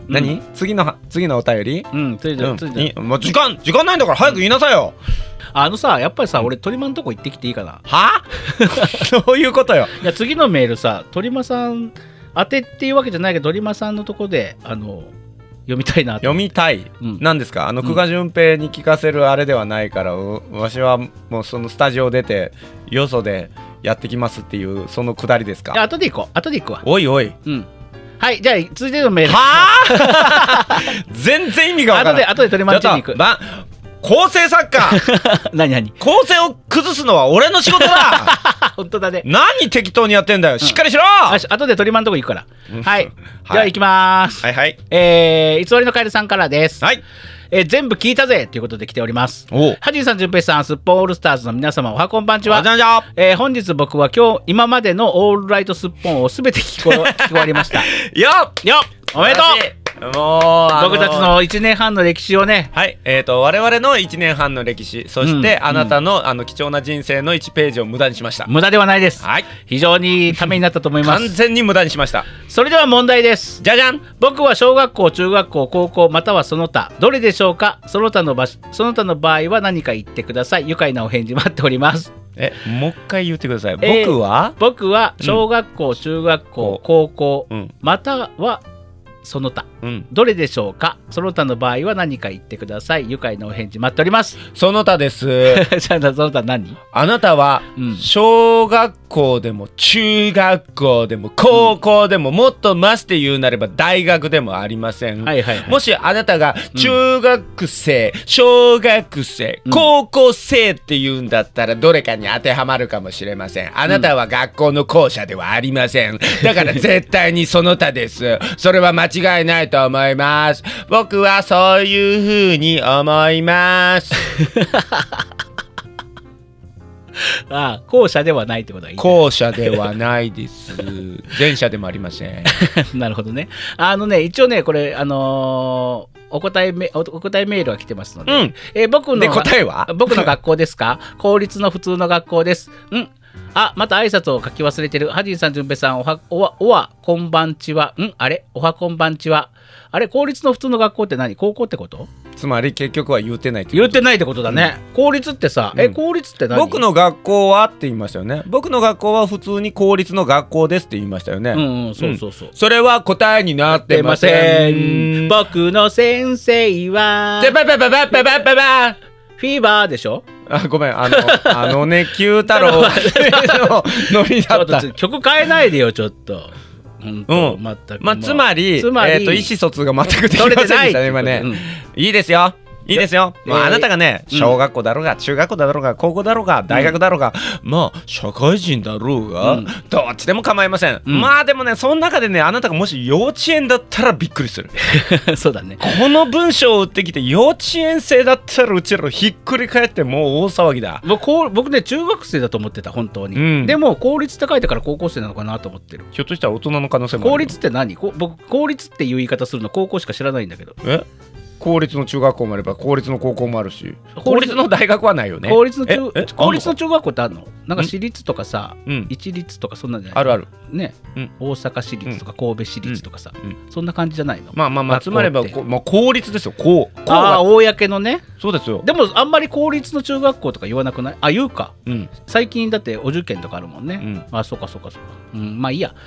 何、次の次のお便り。 うん次の次のもう時間時間ないんだから早く言いなさいよ。 あのさやっぱりさ俺鳥間のとこ行ってきていいかな。 はどういうことよ。 いや次のメールさ鳥間さん当てっていうわけじゃないけど鳥間さんのとこであの読みたいなと。 読みたい、うん、なんですか。あの久我淳平に聞かせるあれではないから、うん、わしはもうそのスタジオ出てよそでやってきますっていうそのくだりですか。 いや後で行こう後で行くわ。 おいおい、 うん、はいじゃあ続いてのメール。 はあ全然意味が分からない。 後で後で鳥間んちに行く。 構成作家何何構成を崩すのは俺の仕事だ本当だね。 何適当にやってんだよ、うん、しっかりしろ。 よし後で鳥間のとこ行くから、うん、はい、はい、じゃあ行きまーす。 はいはい。 えー、偽りのカエルさんからです。 はい。 えー、全部聞いたぜということで来ております。ハジンさん、じゅんぺいさん、すっぽんオールスターズの皆様、おはこんばんちは。えー、本日僕は今日今までのオールライトすっぽんをすべて聞こ聞き終わりました。 よっよっおめでとう。もう僕たちのいちねんはんの歴史をね、 はい、えーと我々のいちねんはんの歴史、そして、うん、あなたの、うん、あの貴重な人生のいちページを無駄にしました。 無駄ではないです、 はい、 非常にためになったと思います。 完全に無駄にしました。 それでは問題です。 じゃじゃん。 僕は小学校、中学校、高校またはその他どれでしょうか。その他の場その他の場合は何か言ってください。愉快なお返事待っております。 えもう一回言ってください。僕は、 えー、僕は小学校、うん、中学校、高校、うん、またはその他、うん、どれでしょうか。その他の場合は何か言ってください。愉快なお返事待っております。 その他ですじゃあその他何。 あなたは小学校でも中学校でも高校でも、うん、もっとまして言うなれば大学でもありません、はいはいはい、もしあなたが中学生、うん、小学生、うん、高校生って言うんだったらどれかに当てはまるかもしれません。あなたは学校の校舎ではありません。だから絶対にその他です。それは間違いないと思います。僕はそういうふうに思いますああ校舎ではないってことはいい。 校舎ではないです前者でもありませんなるほどね。あのね一応ねこれあのーお答えメお答えメールが来てますので、うんえー、僕ので答えは僕の学校ですか公立の普通の学校です。うんあまた挨拶を書き忘れてる。ハジンさん、じゅんぺいさん、おはおわおわこんばんちは。んあれおはこんばんちは。あれ公立の普通の学校って何。高校ってこと。 つまり結局は言ってないって言ってないってことだね、うん、公立ってさ、うん、え公立って何。 僕の学校はって言いましたよね。僕の学校は普通に公立の学校ですって言いましたよね。 うんうんそうそうそう、うん、 それは答えになってません。 僕の先生はバババババババババフィーバーでしょ。 あごめんあのあのね九太郎のノリだった。 曲変えないでよちょっと。 うん全くまあつまりつまり、えー、と意思疎通が全くできませんでしたね今ね、うん、いいですよいいですよ、まあ、あなたがね小学校だろうが中学校だろうが高校だろうが大学だろうが、うん、まあ社会人だろうが、うん、どっちでも構いません、うん、まあでもねその中でねあなたがもし幼稚園だったらびっくりするそうだね。 この文章を打ってきて幼稚園生だったらうちらひっくり返ってもう大騒ぎだ。 僕, 僕ね中学生だと思ってた本当に、うん、でも公立って書いてから高校生なのかなと思ってる。 ひょっとしたら大人の可能性もある。 公立って何。こ僕公立っていう言い方するの高校しか知らないんだけど。 え公立の中学校もあれば公立の高校もあるし公立の大学はないよね。 公立の 中, 公立の中学校ってあるの。なんか私立とかさ、うん、一律とかそんなんじゃない。 あるあるね、うん、大阪市立とか神戸市立とかさ、うんうん、そんな感じじゃないの。 まあまあまあつまりば、まあ、公立ですよ。公ああ公のね。 そうですよ。 でもあんまり公立の中学校とか言わなくない。あ言うか、うん、最近だってお受験とかあるもんね、うん、あそうかそうかそうか、うん、まあいいや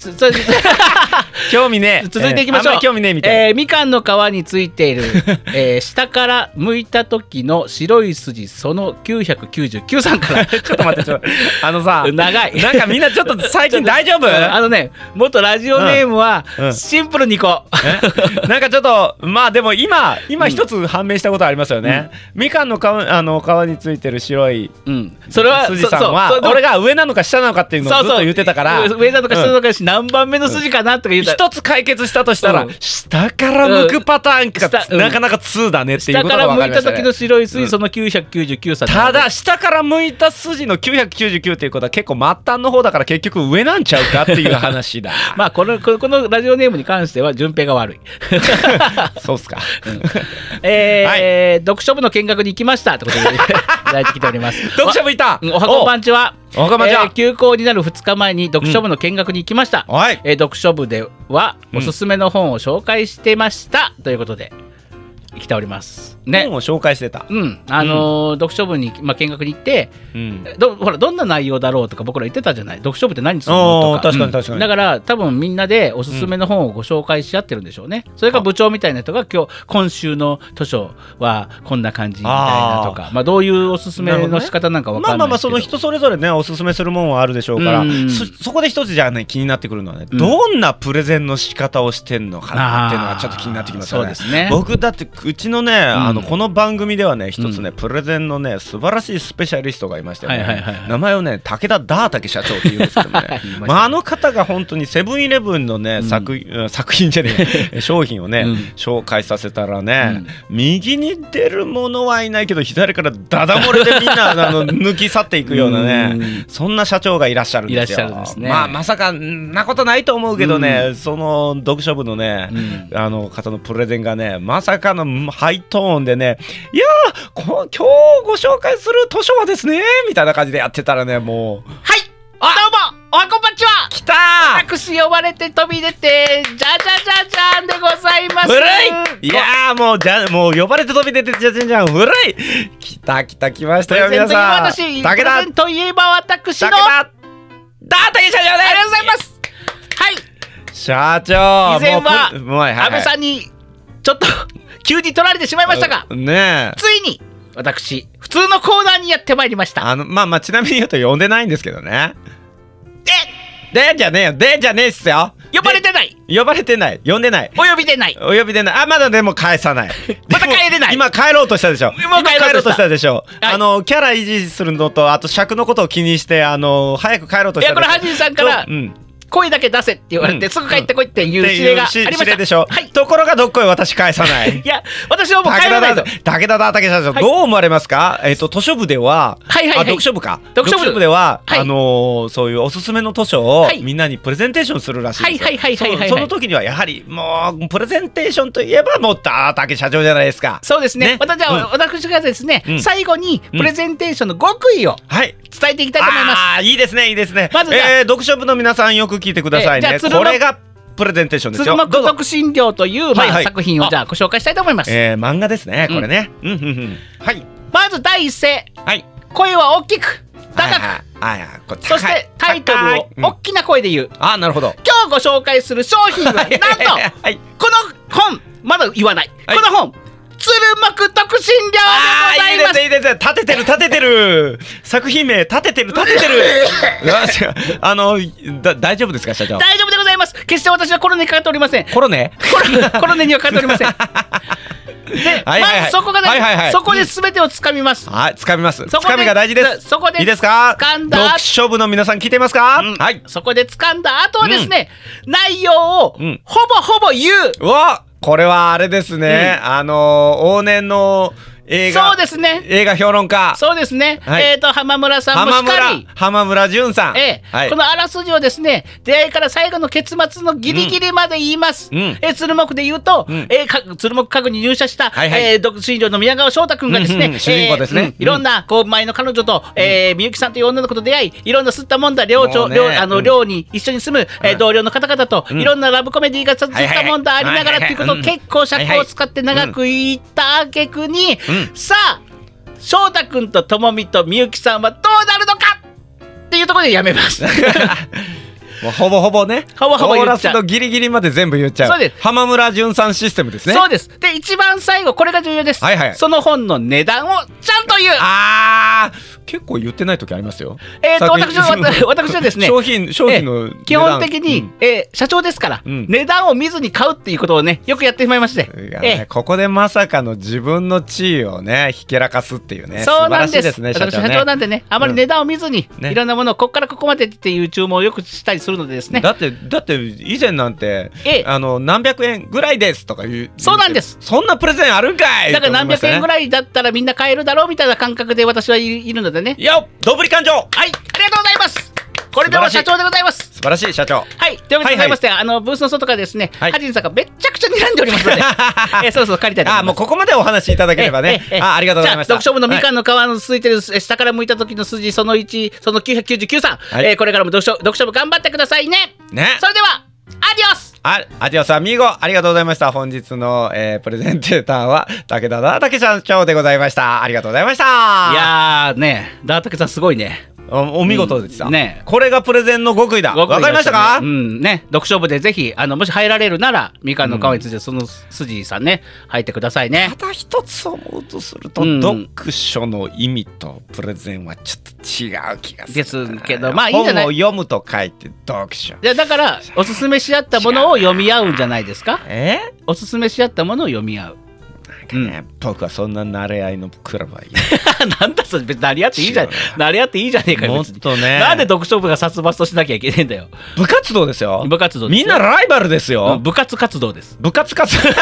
興味ね続いていきましょう、 えー、あんまり興味ねえみたい、 えー、みかんの皮についている、えー、下から剥いた時の白い筋そのきゅうひゃくきゅうじゅうきゅうさんからちょっと待ってちょっとあのさ長いなんかみんなちょっと最近大丈夫あのね元ラジオネームはシンプルにいこう、うん、なんかちょっとまあでも今今一つ判明したことありますよね、うん、みかんの皮あの皮についてる白い、うん、それは筋さんは俺が上なのか下なのかっていうのをずっと言ってたから上なのか下なのかし、うん、何番目の筋かなとか言うたら、 一つ解決したとしたら、うん、下から剥くパターンか、うん、なかなかにだねっていうことが分かりましたね。 下から剥いた時の白い筋、うん、そのきゅうひゃくきゅうじゅうきゅうさんただ下から剥いた筋のきゅうひゃくきゅうじゅうきゅうっていうことは結構末端の方だから結局上なんちゃうかっていう話だまあこのこのラジオネームに関しては順平が悪いそうっすか、 うん、えーはい、 読書部の見学に行きましたってことでいただいてきております。 読書部いた。 おはこんばんちは。 おはこんばんちは。 えー、休校になるふつかまえに読書部の見学に行きました。 うん、はい。 えー、読書部ではおすすめの本を紹介してました、うん、ということで来ておりますね。 本を紹介してた。 うん、あのーうん、読書部に、まあ、見学に行って、うん、どほらどんな内容だろうとか僕ら言ってたじゃない。読書部って何するのとか。 確かに確かに、 うん、だから多分みんなでおすすめの本をご紹介し合ってるんでしょうね。それから部長みたいな人が今日今週の図書はこんな感じみたいなとか、まあ、どういうおすすめの仕方なんか分かんないですけど、まあまあまあその人それぞれねおすすめするものはあるでしょうから、うん、そ, そこで一つじゃね気になってくるのはね、うん、どんなプレゼンの仕方をしてんのかなっていうのがちょっと気になってきますよね。 そうですね。 僕だってうちのね、うんあのこの番組ではね一つね、うん、プレゼンのね素晴らしいスペシャリストがいましてね、はいはいはいはい、名前をね武田ダータケ社長っていうんですけどねまあ、あの方が本当にセブンイレブンのね、うん、作, 作品じゃねえ商品をね、うん、紹介させたらね、うん、右に出る者はいないけど左からダダ漏れでみんなあの抜き去っていくようなね、うん、そんな社長がいらっしゃるんですよ。 いらっしゃるんですね。 まあまさかなことないと思うけどね、うん、その読書部のね、うん、あの方のプレゼンがねまさかのハイトーンでね、いやーこ今日ご紹介する図書はですねみたいな感じでやってたらね、もうはいどうもおはこんばんちは。 来たー。 私呼ばれて飛び出てじゃじゃじゃじゃんでございます。 古い。いやーもうじゃもう呼ばれて飛び出てじゃじゃじゃん古い。来た来た来ましたよ皆さん。 私武田といえば私の武田ダータケ社長です。ありがとうございます。はい社長。 以前は安倍さんにちょっと急に取られてしまいましたが、 ね、 ついに私普通のコーナーにやってまいりました。 あのまあまあちなみに言うと呼んでないんですけどね。ででじゃねえよでじゃねえっすよ。 呼ばれてない。 呼ばれてない呼んでないお呼びでないお呼びでない。あまだでも返さないまた帰れない。 今帰ろうとしたでしょ。 今帰ろうとしたでしょ、はい、あのキャラ維持するのとあと尺のことを気にしてあの早く帰ろうとしたでしょ。 いやこれハジンさんから、うん声だけ出せって言われて、うん、すぐ帰ってこいっていう指令がありました。指令でしょ、はい、ところがどっこい私返さないいや私はもう帰らないと。 武田ダータケ社長、はい、どう思われますか。えっ、ー、と図書部では、はいはいはい、あ読書部か読書部、読書部では、はい、あのー、そういうおすすめの図書を、はい、みんなにプレゼンテーションするらしいですよ。はいはいはいはいはい、その時にはやはりもうプレゼンテーションといえばもうダータケ社長じゃないですか。 そうですね。ね私は、うん、私がですね、うん、最後にプレゼンテーションの極意を、うん、はい伝えていきたいと思います。 ああいいですねいいですね。まず、えー、読書部の皆さんよく聞いてくださいね。えー、これがプレゼンテーションですよ。 鶴木独身寮という、まあはいはい、作品をじゃあご紹介したいと思います。 えー、漫画ですねこれね。うんうんうんうん、はい。 まず第一声、はい、声は大きく高く、はいはい、そしてタイトルを大きな声で言う。 うん、あなるほど。 今日ご紹介する商品はなんと、はい、この本まだ言わない、はい、この本鶴木独身寮でございます。 いいですねいいですね。立ててる立ててる作品名立ててる立ててるあのだ大丈夫ですか社長。 大丈夫でございます。決して私はコロネにかかっておりません。 コロネコロコロネにはかかっておりませんで、はいはいはい、まずそこがね、はいはいはい、そこで全てをつかみます。 はい、つかみます。つかみが大事です。 そこでいいですか。 掴んだ読書部の皆さん聞いてますか、うん、 はい。そこで掴んだ後はですね、うん、内容を、うん、ほぼほぼ言う。 うわこれはあれですね、うん、あのー、往年の映画そうですね映画評論家そうですね、はい、えっ、ー、と浜村さんもしかり浜村淳さん、 えーはい、このあらすじをですね出会いから最後の結末のギリギリまで言います、うんえー、鶴木で言うと、うんえー、鶴木家具に入社した、はいはいえー、独身寮の宮川翔太君がですね、うんうん、主人公ですね、えーうん、いろんなこう前の彼女と、うんえー、みゆきさんという女の子と出会いいろんな吸ったもんだ寮長、ね、寮あの、うん、寮に一緒に住む、えー、同僚の方々と、うん、いろんなラブコメディが吸ったもんだありながらっていうことを結構尺を使って長く言った挙句に、うん、さあ翔太くんとともみとみゆきさんはどうなるのかっていうところでやめますもうほぼほぼねほぼほぼ言っちゃう。 コーラスのギリギリまで全部言っちゃう。 そうです。 浜村淳さんシステムですね。 そうです。で一番最後これが重要です、はいはい、その本の値段をちゃんと言う。 あー結構言ってない時ありますよ。 えーと私は私はですね商品商品の基本的に、うんえー、社長ですから、うん、値段を見ずに買うっていうことをねよくやってしまいまして、 いや、ねえー、ここでまさかの自分の地位をねひけらかすっていうね。 そうなんです。 素晴らしいですね社長ね。 私社長なんでねあまり値段を見ずに、うんね、いろんなものをここからここまでっていう注文をよくしたりするのでですね。 だってだって以前なんて、ええ、あの何百円ぐらいですとか言う。 そうなんです。 そんなプレゼンあるんかい。 だから何百円ぐらいだったらみんな買えるだろうみたいな感覚で私はいるのでね。 よっどぶり勘定。 はいありがとうございます。 これでも社長でございます。 素晴らしい社長。 はい、というわけでございまして、はいはい、あのブースの外からですね、はい、ハジンさんがめちゃくちゃ睨んでおりますので、えー、そろそろ借りたいと思います。あ、もうここまでお話しいただければね。えええあ、ありがとうございました。 読書部のみかんの皮の続いてる、はい、下から向いた時の筋そのいち、そのきゅうひゃくきゅうじゅうきゅうさん、はい、えー、これからも読書読書部頑張ってくださいね。ね。それではアディオス。 あ、アディオスアミーゴ、ありがとうございました。本日の、えー、プレゼンテーターは武田ダータケ社長でございました。ありがとうございました。いやーね、ダータケさんすごいね。 お, お見事でした、 うん、ね。 これがプレゼンの極意だ。わかりましたか？ うんね。読書部でぜひあのもし入られるならみかんの皮についてその筋さんね、入ってくださいね。 ただ一つ思うとすると、うん、読書の意味とプレゼンはちょっと違う気がするですけど、まあいいんじゃない。 本を読むと書いて読書。 いやだからおすすめし合ったものを読み合うんじゃないですか。 え？ おすすめし合ったものを読み合う。 うん、僕はそんな慣れ合いのクラブはいい。 なんだそれ、別に慣れ合っていいじゃん。慣れ合っていいじゃねえかよ。 もっとね。 なんで読書部が殺伐としなきゃいけないんだよ。 部活動ですよ。 部活動ですよ。 みんなライバルですよ。 うん、部活活動です。 部活活動。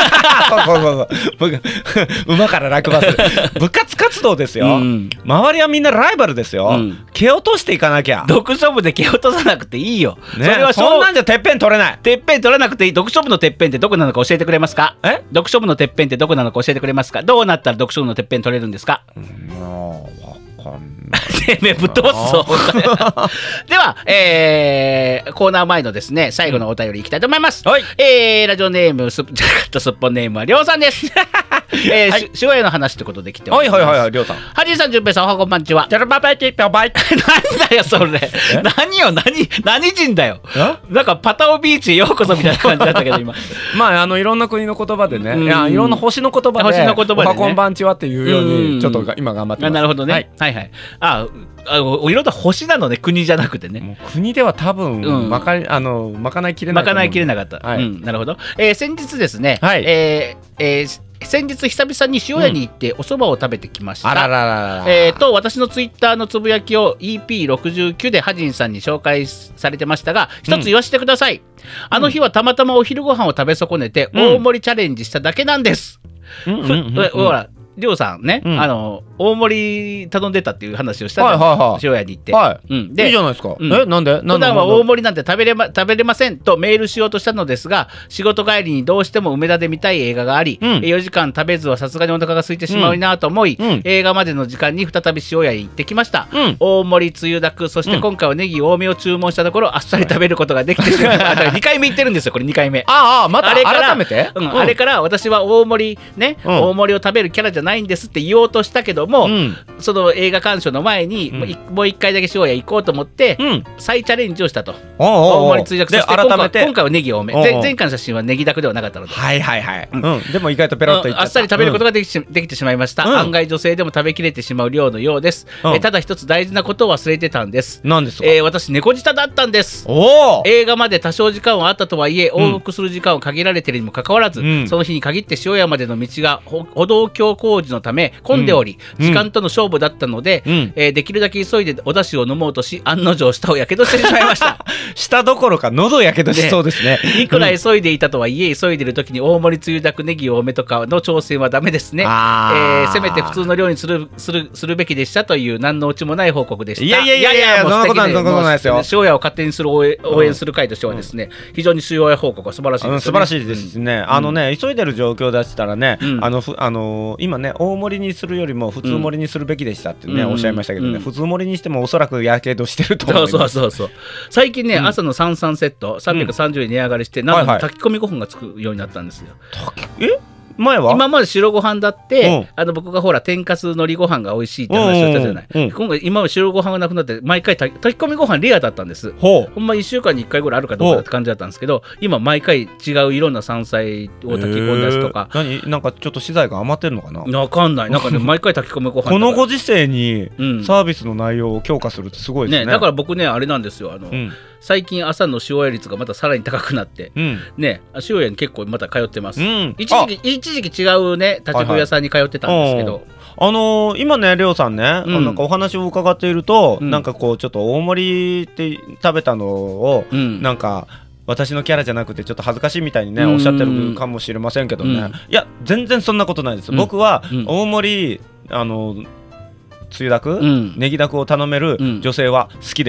馬から落馬する。部活活動ですよ、うん。周りはみんなライバルですよ。うん、蹴落としていかなきゃ。 読書部で蹴落とさなくていいよ。 ね、それはそんなんじゃてっぺん取れない。 てっぺん取らなくていい。読書部のてっぺんってどこなのか教えてくれますか？ え？ 読書部のてっぺんってどこなのか教えてくれますか？どうなったら読書部のてっぺん取れるんですか？ もうわかんない。 てめえぶっ飛ばすぞ。では、えー、コーナー前のですね最後のお便りいきたいと思います。 はい、 えー、ラジオネームすじゃなかったすっぽんネームはりょうさんです。えー、はい、し塩屋の話ってことで来ております。 はいはいはい、りょうさん。 はじいさん、じゅんぺいさん、おはこんばんちは。 じゃらばばいてぴょばい。 なんだよそれ。何よ何何人だよ。なんかパタオビーチへようこそみたいな感じだったけど今。 まああのいろんな国の言葉でね、いやいろんな星の言葉で、 星の言葉でね、 おはこんばんちはっていうようにちょっと今頑張ってます。 なるほどね。はいはいはい。ああ、いろんな星なのね、国じゃなくてね。 もう国では多分、うん、まかあのまかないきれない。まかないきれなかった。はい、うん、なるほど。えー、先日ですね。はい。えー、えー先日久々に塩屋に行ってお蕎麦を食べてきました。 うん、あららららら。 えーと私のツイッターのつぶやきを イーピーろくじゅうきゅう でハジンさんに紹介されてましたが、一つ言わせてください。うん、あの日はたまたまお昼ご飯を食べ損ねて大盛りチャレンジしただけなんです。ほら。りょうさんね、うん、あの大盛り頼んでたっていう話をしたじゃん、はいはいはい、塩屋に行って、 はい、うん、でいいじゃないですか、うん、えなんで普段は大盛りなんて食べれま、食べれませんとメールしようとしたのですが、仕事帰りにどうしても梅田で見たい映画があり、うん、よじかん食べずはさすがにお腹が空いてしまうなと思い、うん、映画までの時間に再び塩屋へ行ってきました、うん、大盛りつゆだく、そして今回はネギ多めを注文したところあっさり食べることができてしまいました。にかいめ行ってるんですよこれにかいめ。 ああまた改めて、 うん、あれから私は大盛りね、うん、大盛りを食べるキャラじゃないんですって言おうとしたけども、うん、その映画鑑賞の前に、うん、もう一回だけ塩屋行こうと思って、うん、再チャレンジをしたと。大盛り追加、そして今回、今回はネギ多め。前回の写真はネギだくではなかったので、 はいはいはい、うんうん、でも意外とペロッといっちゃった、 あっさり食べることができ、うん、できてしまいました、うん、案外女性でも食べきれてしまう量のようです、うん、えただ一つ大事なことを忘れてたんです。 何ですか？ えー、私猫舌だったんです。 お映画まで多少時間はあったとはいえ、往復する時間を限られているにもかかわらず、うん、その日に限って塩屋までの道が歩道橋工事のため混んでおり、うん、時間との勝負だったので、うん、えー、できるだけ急いでお出汁を飲もうとし、案の定舌をやけどしてしまいました。 舌どころか喉やけどしそうですね。 いくら急いでいたとはいえ、急いでる時に大盛りつゆだくネギ多めとかの調整はダメですね。えー、せめて普通の量にするするするべきでしたという何のオチもない報告でした。 いやいやいやいやいや、そんなことない、そんなことないですよ。 塩屋を勝手にする応援、応援する会としてはですね、うん、非常に塩屋報告は素晴らしいですね、うん、 素晴らしいですね、うん、あのね、急いでる状況だったらね、うん、あのふあのー、今ね大盛りにするよりも普通盛りにするべきでしたってね、うん、おっしゃいましたけどね、うん、普通盛りにしてもおそらくやけどしてると思います。 そうそうそうそう。最近ね、うん、朝の三々セットさんびゃくさんじゅうえん値上がりして、うん、なんと炊き込みご飯がつくようになったんですよ。 え前は今まで白ご飯だって、うん、あの僕がほら天かす海苔ご飯が美味しいって話をしたじゃない、うんうんうん、今回今は白ご飯がなくなって毎回炊き込みご飯レアだったんです。ほうほんまいっしゅうかんにいっかいぐらいあるかどうかって感じだったんですけど、今毎回違ういろんな山菜を炊き込んだやつとか、 何なんかちょっと資材が余ってるのかな、 分かんないなんかね毎回炊き込みご飯このご時世にサービスの内容を強化するってすごいですね、 ねだから僕ねあれなんですよあの、うん最近朝の塩屋率がまたさらに高くなって、うん、ね塩屋に結構また通ってます、うん、一時期一時期違うね立ち食い屋さんに通ってたんですけど、はいはい、 あのー、今ねりょうさんね、うん、なんかお話を伺っていると、うん、なんかこうちょっと大盛りって食べたのを、うん、なんか私のキャラじゃなくてちょっと恥ずかしいみたいにねおっしゃってるかもしれませんけどね、うん、いや全然そんなことないです、うん、僕は大盛りあのつゆだく、うん、ネギだくを頼める女性は好きです、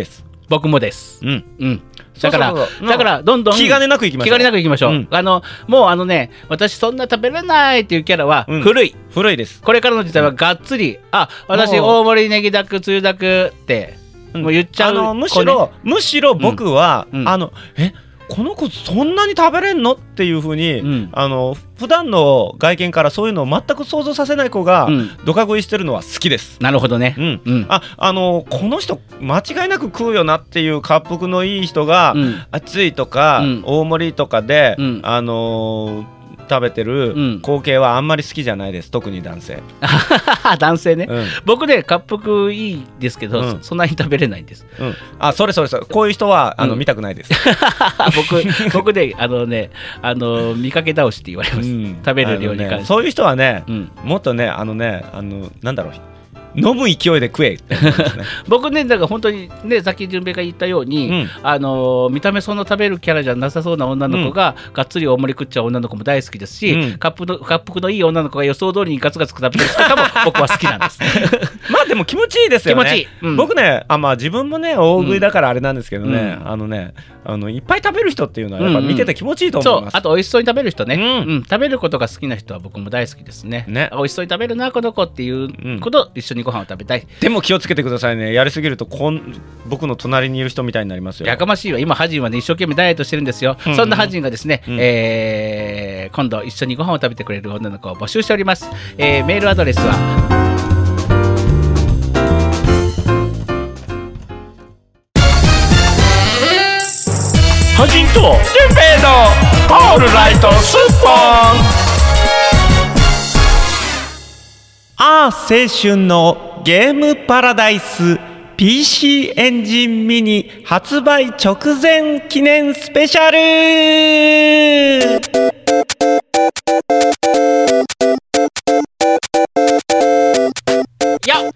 僕もです。 うんうんだからだからどんどん気兼ねなくいきましょう。 気兼ねなくいきましょう、うん、あのもうあのね私そんな食べれないっていうキャラは古い、うん、 古いです。 これからの時代はがっつり、うん、あ私大盛りネギだくつゆだくってもう言っちゃう、 あのむしろむしろ僕は、うん、あのえこの子そんなに食べれんのっていう風に、うん、あの普段の外見からそういうのを全く想像させない子が、うん、ドカ食いしてるのは好きです。 なるほどね、 うんうん、ああのこの人間違いなく食うよなっていう恰幅のいい人が、うん、熱いとか、うん、大盛りとかで、うん、あのー食べてる光景はあんまり好きじゃないです、特に男性男性ね、うん、僕ね恰幅いいですけど、うん、そんなに食べれないんです、 うん、あそれそれそれこういう人はあの、うん、見たくないです僕僕ねあのねあの見かけ倒しって言われます、うん、食べる量に関して、ね、 そういう人はね、うん、もっとねあのねあのなんだろう飲む勢いで食えって思うんですね僕ねだから本当にねさっき順平が言ったように、うん、あの見た目そんな食べるキャラじゃなさそうな女の子が、うん、がっつり大盛り食っちゃう女の子も大好きですし、うん、恰幅の恰幅のいい女の子が予想通りにガツガツ食べてる人かも僕は好きなんですまあでも気持ちいいですよね。 気持ちいい、うん、 僕ねあ、まあ、自分もね大食いだからあれなんですけどね、うん、あのねあのいっぱい食べる人っていうのはやっぱ見てて気持ちいいと思います、うんうん、 そうあと美味しそうに食べる人ね、うんうん、食べることが好きな人は僕も大好きですね。ね美味しそうに食べるなこの子っていうこと、うん、一緒にご飯を食べたい。 でも気をつけてくださいね。やりすぎるとこん僕の隣にいる人みたいになりますよ。 やかましいわ。今ハジンはね一生懸命ダイエットしてるんですよ、うんうん、そんなハジンがですね、うんえー、今度一緒にご飯を食べてくれる女の子を募集しております、えー、メールアドレスはハジンとジュンペイのオールライトスッポン。 ああ青春のゲームパラダイス ピーシー エンジンミニ発売直前記念スペシャル。 やっ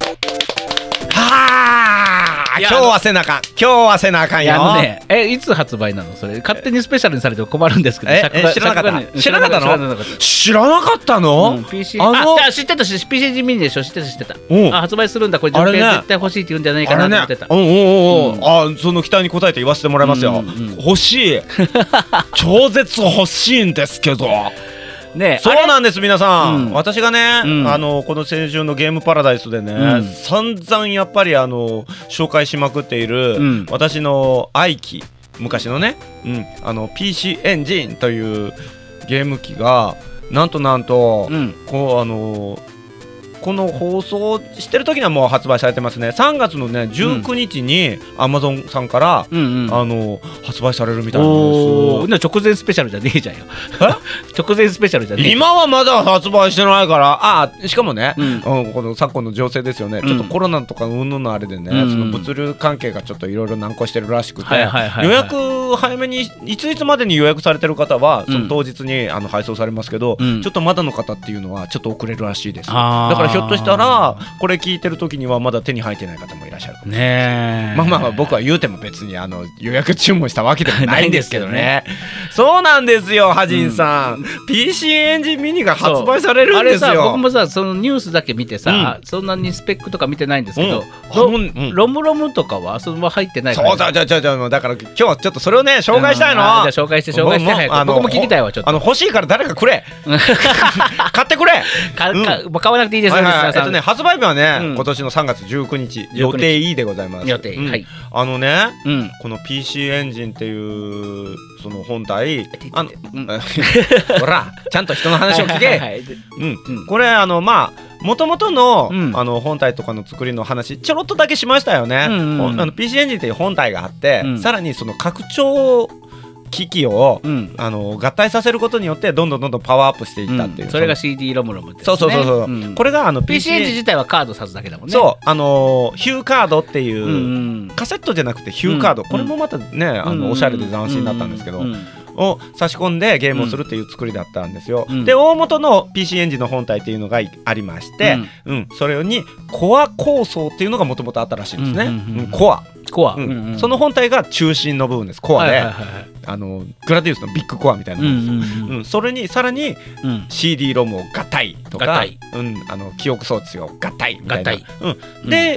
今日はせなあかん今日はせなあかんよ。 いやあのねえいつ発売なのそれ。勝手にスペシャルにされても困るんですけど。 ええ知らなかった、ね、知らなかったの知らなかったの、うん、 ピーシー あのあ知ってたし ピーシー エンジンミニでしょ。知ってた知ってた、うん、あ発売するんだこれ順平絶対欲しいって言うんじゃないかなと思ってた。あれね、 うんうんうん、あその期待に応えて言わせてもらいますよ、うんうん、欲しい超絶欲しいんですけどね、そうなんです皆さん、うん、私がね、うん、あのこの青春のゲームパラダイスでね、うん、散々やっぱりあの紹介しまくっている、うん、私の愛機昔のね、うん、あの ピーシー エンジンというゲーム機がなんとなんと、うん、こうあのこの放送してる時にはもう発売されてますね。さんがつのねじゅうくにちに Amazon さんから、うんうん、あの発売されるみたいなんです。 直前スペシャルじゃねえじゃんよ直前スペシャルじゃねえ。 今はまだ発売してないから。あしかもね、うんうん、この昨今の情勢ですよね、うん、ちょっとコロナとかうんぬんのあれでね、うん、その物流関係がちょっといろいろ難航してるらしくて、予約早めにいついつまでに予約されてる方はその当日にあの配送されますけど、うん、ちょっとまだの方っていうのはちょっと遅れるらしいです。だからひょっとしたらこれ聞いてる時にはまだ手に入ってない方もいらっしゃるかもしれないね。まあまあまあ僕は言うても別にあの予約注文したわけでもないんですけどねそうなんですよハジンさん、うん、ピーシー エンジンミニが発売されるんですよ。 あれさ僕もさそのニュースだけ見てさ、うん、そんなにスペックとか見てないんですけど、うん、ロ, ロムロムとかはそのまま入ってないから、ね、 そうそうそうそうだから今日はちょっとそれをね紹介したいの、 うん、じゃあ紹介して紹介して僕 も, 僕も聞きたいわ。ちょっとあの欲しいから誰かくれ買ってくれか、うん、買わなくていいですよ、はいはいはい、えっとね発売日はね、うん、今年のさんがつじゅうくにち予定いいでございます。 予定、うん、はいあのね、うん、この ピーシー エンジンっていうその本体あの、うん、ほらちゃんと人の話を聞けはいはい、はいうんうん、これあのまあもともとの、うん、あの本体とかの作りの話ちょろっとだけしましたよね、うんうんうん、あの ピーシー エンジンっていう本体があって、うん、さらにその拡張機器を、うん、あの合体させることによってどんどんどんどんパワーアップしていったっていう、うん、 それが シーディー ロムロムですね。 そうそうそうそう、うん、これがあのピーシー エンジン自体はカードさすだけだもんね。 そうあのヒューカードっていう、うんうん、カセットじゃなくてヒューカード、うん、これもまたねあのおしゃれで斬新になったんですけど、うんうんうんを差し込んでゲームをするっていう作りだったんですよ、うん、で大元の ピーシー エンジンの本体っていうのがありまして、うんうん、それにコア構想っていうのがもともとあったらしいんですね、うんうんうん、コアコア、 うんうんうん、その本体が中心の部分です。コアで、はいはいはいはい、あのグラディウスのビッグコアみたいなものです、うんうんうんうん、それにさらに、うん、シーディー ロムを合体とか、うん、あの記憶装置を合体みたいな、うん、で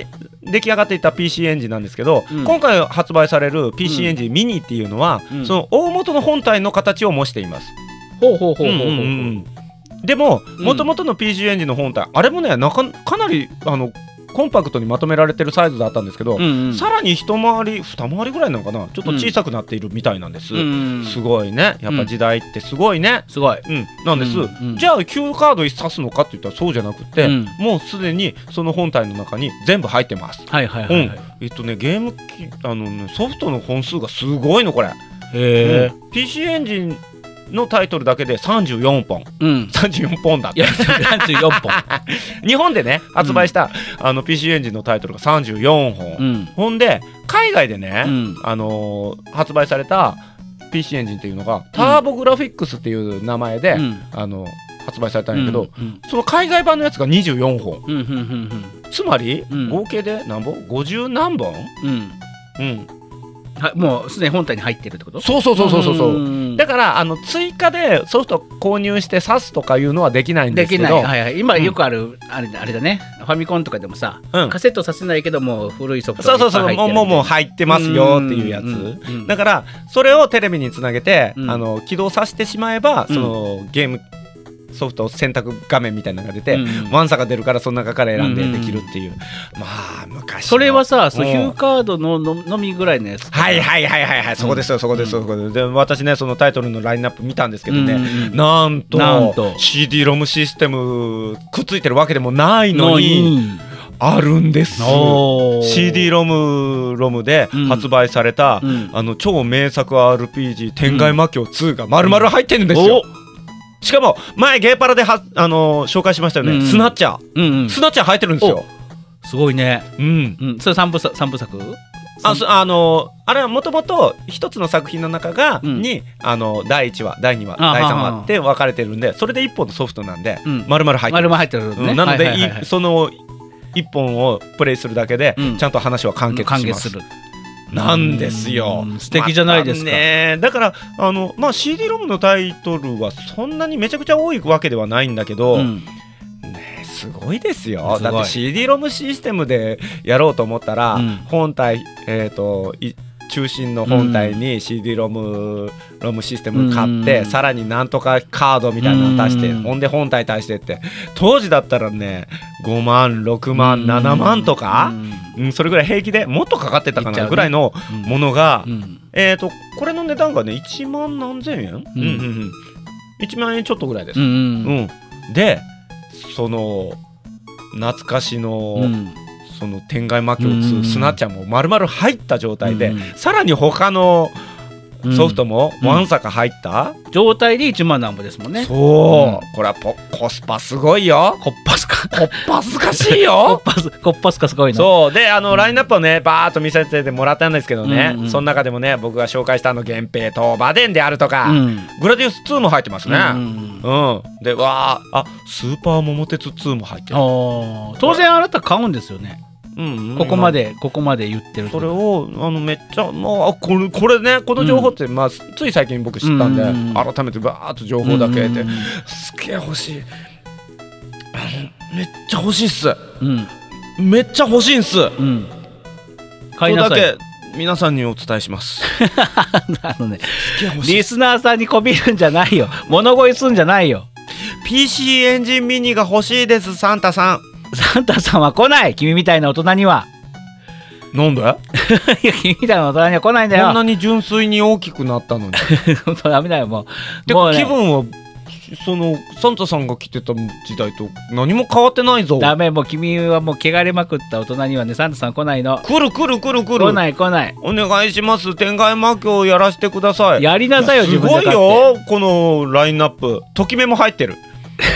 出来上がっていた ピーシー エンジンなんですけど、うん、今回発売される ピーシー エンジンミニっていうのは、うん、その大元の本体の形を模しています。 ほうほうほうほうほう、うんうんうん、 でも元々の ピーシー エンジンの本体、あれもねなか、かなりあのコンパクトにまとめられてるサイズだったんですけど、うんうん、さらに一回り二回りぐらいなのかな、ちょっと小さくなっているみたいなんです、うん、すごいね、やっぱ時代ってすごいね、 すごい、 うん、なんです、うんうん、じゃあ キュー カード挿すのかって言ったらそうじゃなくて、うん、もうすでにその本体の中に全部入ってます。 はいはいはい、はい、うん、 えっとねゲーム機あの、ね、ソフトの本数がすごいのこれ。 へー、 うん、ピーシー エンジンのタイトルだけでさんじゅうよんぽん、うん、さんじゅうよんぽんだってさんじゅうよんぽん日本でね発売した、うん、あの ピーシー エンジンのタイトルがさんじゅうよんほん、うん、ほんで海外でね、うん、あのー、発売された ピーシー エンジンっていうのがターボグラフィックスっていう名前で、うん、あの発売されたんやけど、うんうん、その海外版のやつがにじゅうよんほん、うんうんうんうん、つまり、うん、合計で何本ごじゅう何本、うんうんはもうすでに本体に入ってるってこと？ そうそうそうそうそうそう。だからあの追加でソフト購入して挿すとかいうのはできないんですけど、できない、 はいはい、今よくある、うん、あれあれだね、ファミコンとかでもさ、うん、カセットさせないけども古いソフトがいっぱい入ってる、そうそうそう、もうもう入ってますよっていうやつ、うんうんうん、だからそれをテレビにつなげて、うん、あの起動させてしまえば、うん、そのゲームソフト選択画面みたいなのが出て、うん、ワンサが出るからその中から選んでできるっていう、うん、まあ昔のそれはさ、そうヒューカードののみぐらいのやつ、 はいはいはいはいはい、そこですよ、そこですよ、そこです。で私ねそのタイトルのラインナップ見たんですけどね、うん、なんとなんと シーディー ロムシステムくっついてるわけでもないのにあるんです。 シーディー ロムロムで発売された、うん、あの超名作 アールピージー 天外魔境ツーが丸々入ってるんですよ、うん、しかも前ゲーパラではあのー、紹介しましたよね、うんうん、スナッチャー、うんうん、スナッチャー入ってるんですよ。 すごいね、 うんうん、それ三部作三部作あ, あのー、あれはもともと一つの作品の中が、うん、にあのだいいちわだいにわだいさんわって分かれてるんで、それでいっぽんのソフトなんで、うん、丸々入ってる、 丸々入ってる、ね、 うん、なので、はいはいはい、そのいっぽんをプレイするだけで、うん、ちゃんと話は完結します、うん、完結するなんですよ。 素敵じゃないですか、 まね、だからあの、まあ、シーディー ロムのタイトルはそんなにめちゃくちゃ多いわけではないんだけど、うんね、すごいですよ。だって シーディー ロムシステムでやろうと思ったら、うん、本体、えーと中心の本体に シーディー ロム、ロムシステム買って、うん、さらになんとかカードみたいなの足して、うん、ほんで本体足してって、当時だったらねごまんろくまんななまんとか、うんうん、それぐらい平気でもっとかかってたかなぐらいのものが、うんうん、えーとこれの値段がねいちまんなんぜんえん、うんうんうん、いちまんえんちょっとぐらいです、うんうんうん、でその懐かしの、うんその天外魔境ツースナッチャーも丸々入った状態で、うん、さらに他のソフトもわんさか入った、 うん、状態でいちまんなんぼですもんね。 そう、うん、これはポコスパすごいよ。 コッパスカコッパスカしいよコッパスコッパスカすごいな。 そうであのラインナップをねバーっと見せてもらったんですけどね、うんうん、その中でもね僕が紹介したあの源平とバデンであるとか、うん、グラディウスツーも入ってますね、うんうんうん、でわーあスーパー桃鉄ツーも入ってる。 当然あなた買うんですよね。うんうん、ここまでここまで言ってる。 それをあのめっちゃもうあこれこれねこの情報って、うんまあ、つい最近僕知ったんで、うんうん、改めてバーっと情報だけで、うんうん、すげえ欲しいあのめっちゃ欲しいっす、うん、めっちゃ欲しいんす、うん、買いなさい。それだけ皆さんにお伝えしますあのねリスナーさんにこびるんじゃないよ、物乞いすんじゃないよ。 ピーシー エンジンミニが欲しいです。サンタさんサンタさんは来ない。君みたいな大人には。 なんでいや君みたいな大人には来ないんだよ。 こんなに純粋に大きくなったのにダメだよもう。 てか、ね、気分はそのサンタさんが来てた時代と何も変わってないぞ。 ダメ、もう君はもう汚れまくった大人にはねサンタさん来ないの。 来る来る来る来る。 来ない来ない。 お願いします。天外魔境やらせてください。 やりなさいよ自分で。 すごいよこのラインナップ。ときめも入ってる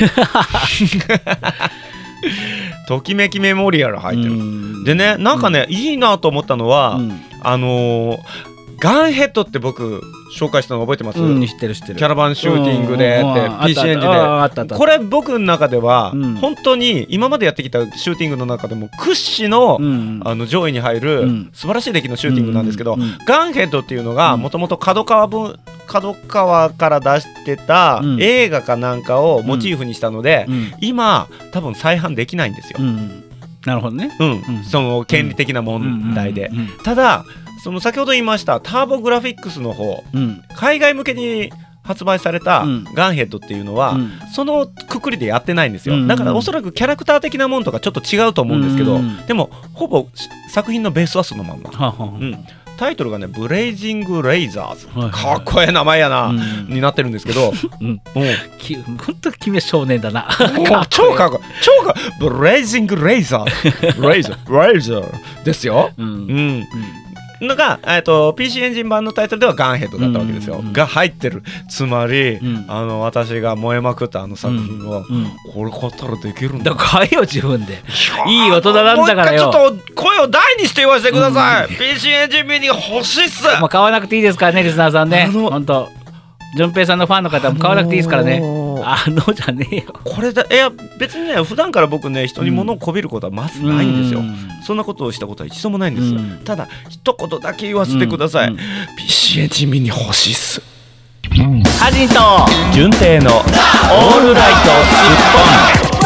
ときめきメモリアル入ってる。でねなんかね、うん、いいなと思ったのは、うん、あのー、ガンヘッドって僕紹介したの覚えてます？ うん、知ってる知ってる。 キャラバンシューティングでって ピーシー エンジンでこれ僕の中では、うん、本当に今までやってきたシューティングの中でも屈指の、うん、あの上位に入る、うん、素晴らしい出来のシューティングなんですけど、うんうん、ガンヘッドっていうのがもともと角川分角川から出してた映画かなんかをモチーフにしたので、うんうん、今多分再販できないんですよ、うんなるほどね、 うん、その権利的な問題で。ただその先ほど言いましたターボグラフィックスの方、うん、海外向けに発売されたガンヘッドっていうのは、うん、そのくくりでやってないんですよ。だからおそらくキャラクター的なものとかちょっと違うと思うんですけど、うん、でもほぼ作品のベースはそのまんま、うん、タイトルがねブレイジングレイザーズ、はいはい、かっこええ名前やな、うん、になってるんですけど、うん、 本当君は少年だな超かっこいい超かっこいいブレイジングレイザーレイザーレイザーですよ、うんうんのが、えー、と ピーシー エンジン版のタイトルではガンヘッドだったわけですよ、うんうんうん、が入ってる。つまり、うん、あの私が燃えまくったあの作品を、うんうん、これ買ったらできるんだ。 だから買えよ自分で。いい大人なんだからよ。 もう一回ちょっと声を大にして言わせてください、うん、ピーシー エンジンミニ欲しいっす。 もう買わなくていいですからねリスナーさんね。ほんと順平さんのファンの方も買わなくていいですからね。あのじゃねえよこれだ。いや別にね普段から僕ね人に物をこびることはまずないんですよ、うん、そんなことをしたことは一度もないんですよ、うん、ただ一言だけ言わせてください、うんうん、ピーシー エンジンミニ欲しいっす。 ハジンと順平のオールライトスッポン。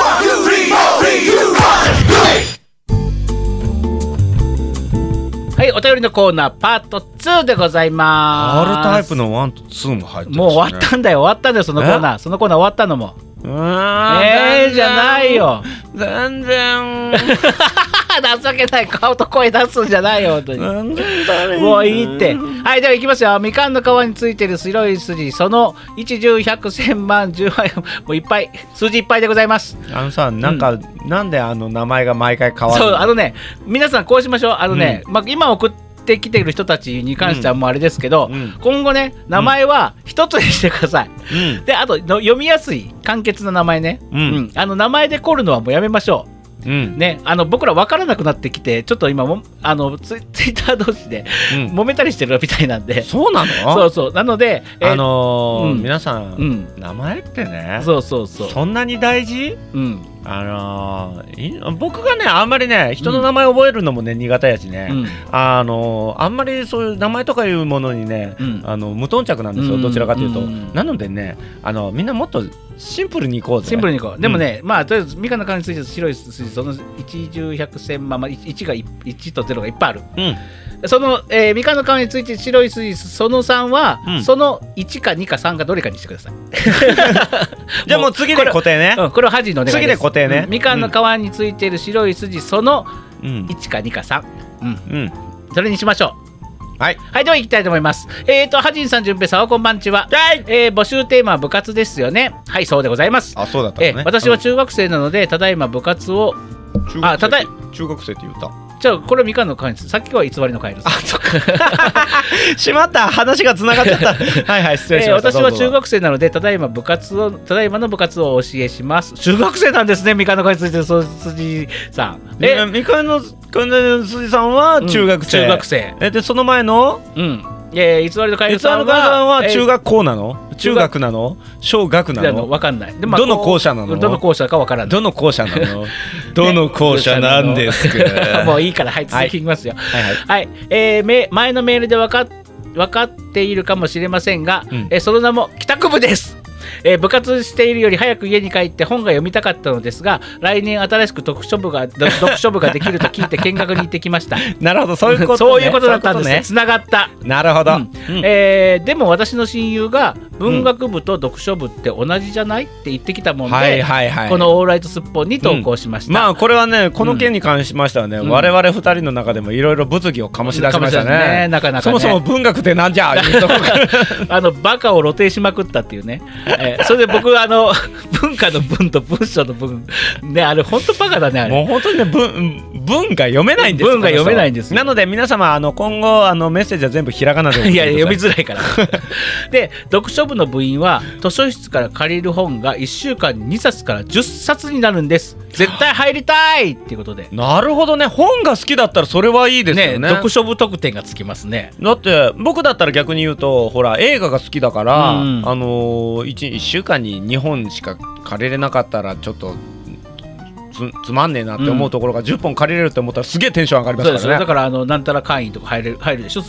はい、お便りのコーナーパートツーでございます。 R タイプのワンとツーも入ってますね。 もう終わったんだよ終わったんだよそのコーナー。そのコーナー終わったのもうーんえーじゃないよ全然情けない顔と声出すんじゃないよ本当にもういいって。はいでは行きますよ。みかんの皮についてる白い筋そのいち、じゅう、ひゃく、せんまん、じゅうまんもういっぱい数字いっぱいでございます。 あのさなんか、うん、なんであの名前が毎回変わるの。 そうあのね皆さんこうしましょう。あのね、うんまあ、今送ってきている人たちに関してはもうあれですけど、うん、今後ね名前は一つにしてください、うん、であとの読みやすい簡潔な名前ね、うんうん、あの名前で凝るのはもうやめましょう。うんね、あの僕ら分からなくなってきてちょっと今もあのツイ、ツイッター同士で、うん、揉めたりしてるみたいなんで。 そうなの。 そうそうなので、 えー、あのーうん、皆さん、うん、名前ってねそうそうそうそんなに大事、うんあのー、僕がねあんまりね人の名前覚えるのもね、うん、苦手やしね、うん、あのー、あんまりそういう名前とかいうものにね、うん、あの無頓着なんですよ、うん、どちらかというと、うん、なのでねあのみんなもっとシンプルにいこうぜ。 シンプルにいこう。でもね、うん、まあとりあえずみかんの皮について白い筋そのいち、じゅう、ひゃく、せんまん、まあ、いちがいちとゼロがいっぱいある、うん、その、えー、みかんの皮について白い筋そのさんは、うん、そのいちかにかさんかどれかにしてくださいじゃあもう次で固定ね。 これ、うん、これは恥のお願いです。 次で固定ね、 うん、みかんの皮についている白い筋そのいちかにかさん、うんうん、それにしましょう。はい、はい、では行きたいと思います。えーと、はじんさん、じゅんぺいさん、こんばんちは。はい、えー、募集テーマは部活ですよね。はい、そうでございます。 あ、そうだったね。 えー、私は中学生なので、ただいま部活を。 あ、ただい。中学生って言った。 じゃあ、これみかんの会です。さっきは偽りの会です。 あ、そっか。しまった、話がつながっちゃった。はいはい、失礼しました。 えー、私は中学生なので、ただいま部活を、ただいまの部活をお教えします。中学生なんですね、みかんの会についてるそう辻さん。 えー、みかんの辻さんは中学生。 うん、中学生。 え、で、その前の。 うん。えー、偽りのカエルさんは中学校なの、えー、中学なの小学なの分かんない。で、まあ、 どの校舎なのどの校舎か分からない。 どの校舎なのどの校舎なんですかもういいから、はい、続きますよ。はい、はいはい、えー、前のメールで分かっ、分かっているかもしれませんが、うん、えー、その名も帰宅部です。えー、部活しているより早く家に帰って本が読みたかったのですが、来年新しく読書部が読書部ができると聞いて見学に行ってきましたなるほど、そういうこと、ね、 そういうことだったんですね。つながった。 なるほど、うんうん、えー、でも私の親友が文学部と読書部って同じじゃないって言ってきたもんで、はいはいはい、このオールライトスッポンに投稿しました、 うん、まあこれはねこの件に関しましてはね、うん、我々ふたりの中でもいろいろ物議を醸し出しましたね、ね、なかなかね。そもそも文学ってなんじゃあのバカを露呈しまくったっていうね、えー、それで僕はあの文化の文と文章の文ね、あれ本当バカだね。あれもう本当にね 文, 文が読めないんです。 文が読めないんです。 なので皆様あの今後あのメッセージは全部ひらがなでいや読みづらいからで読書部の部員は図書室から借りる本がいっしゅうかんににさつからじゅっさつになるんです。絶対入りたいっていうことで。 なるほどね。本が好きだったらそれはいいですよね。ね、 読書部特典がつきますね。 だって僕だったら逆に言うとほら映画が好きだから、うん、あの 1, いっしゅうかんににほんしか借りれなかったらちょっと つ, つまんねえなって思うところがじゅっぽん借りれるって思ったらすげえテンション上がりますからね。 そうです。だからあのなんたら会員とか入れる入るでしょすぐ。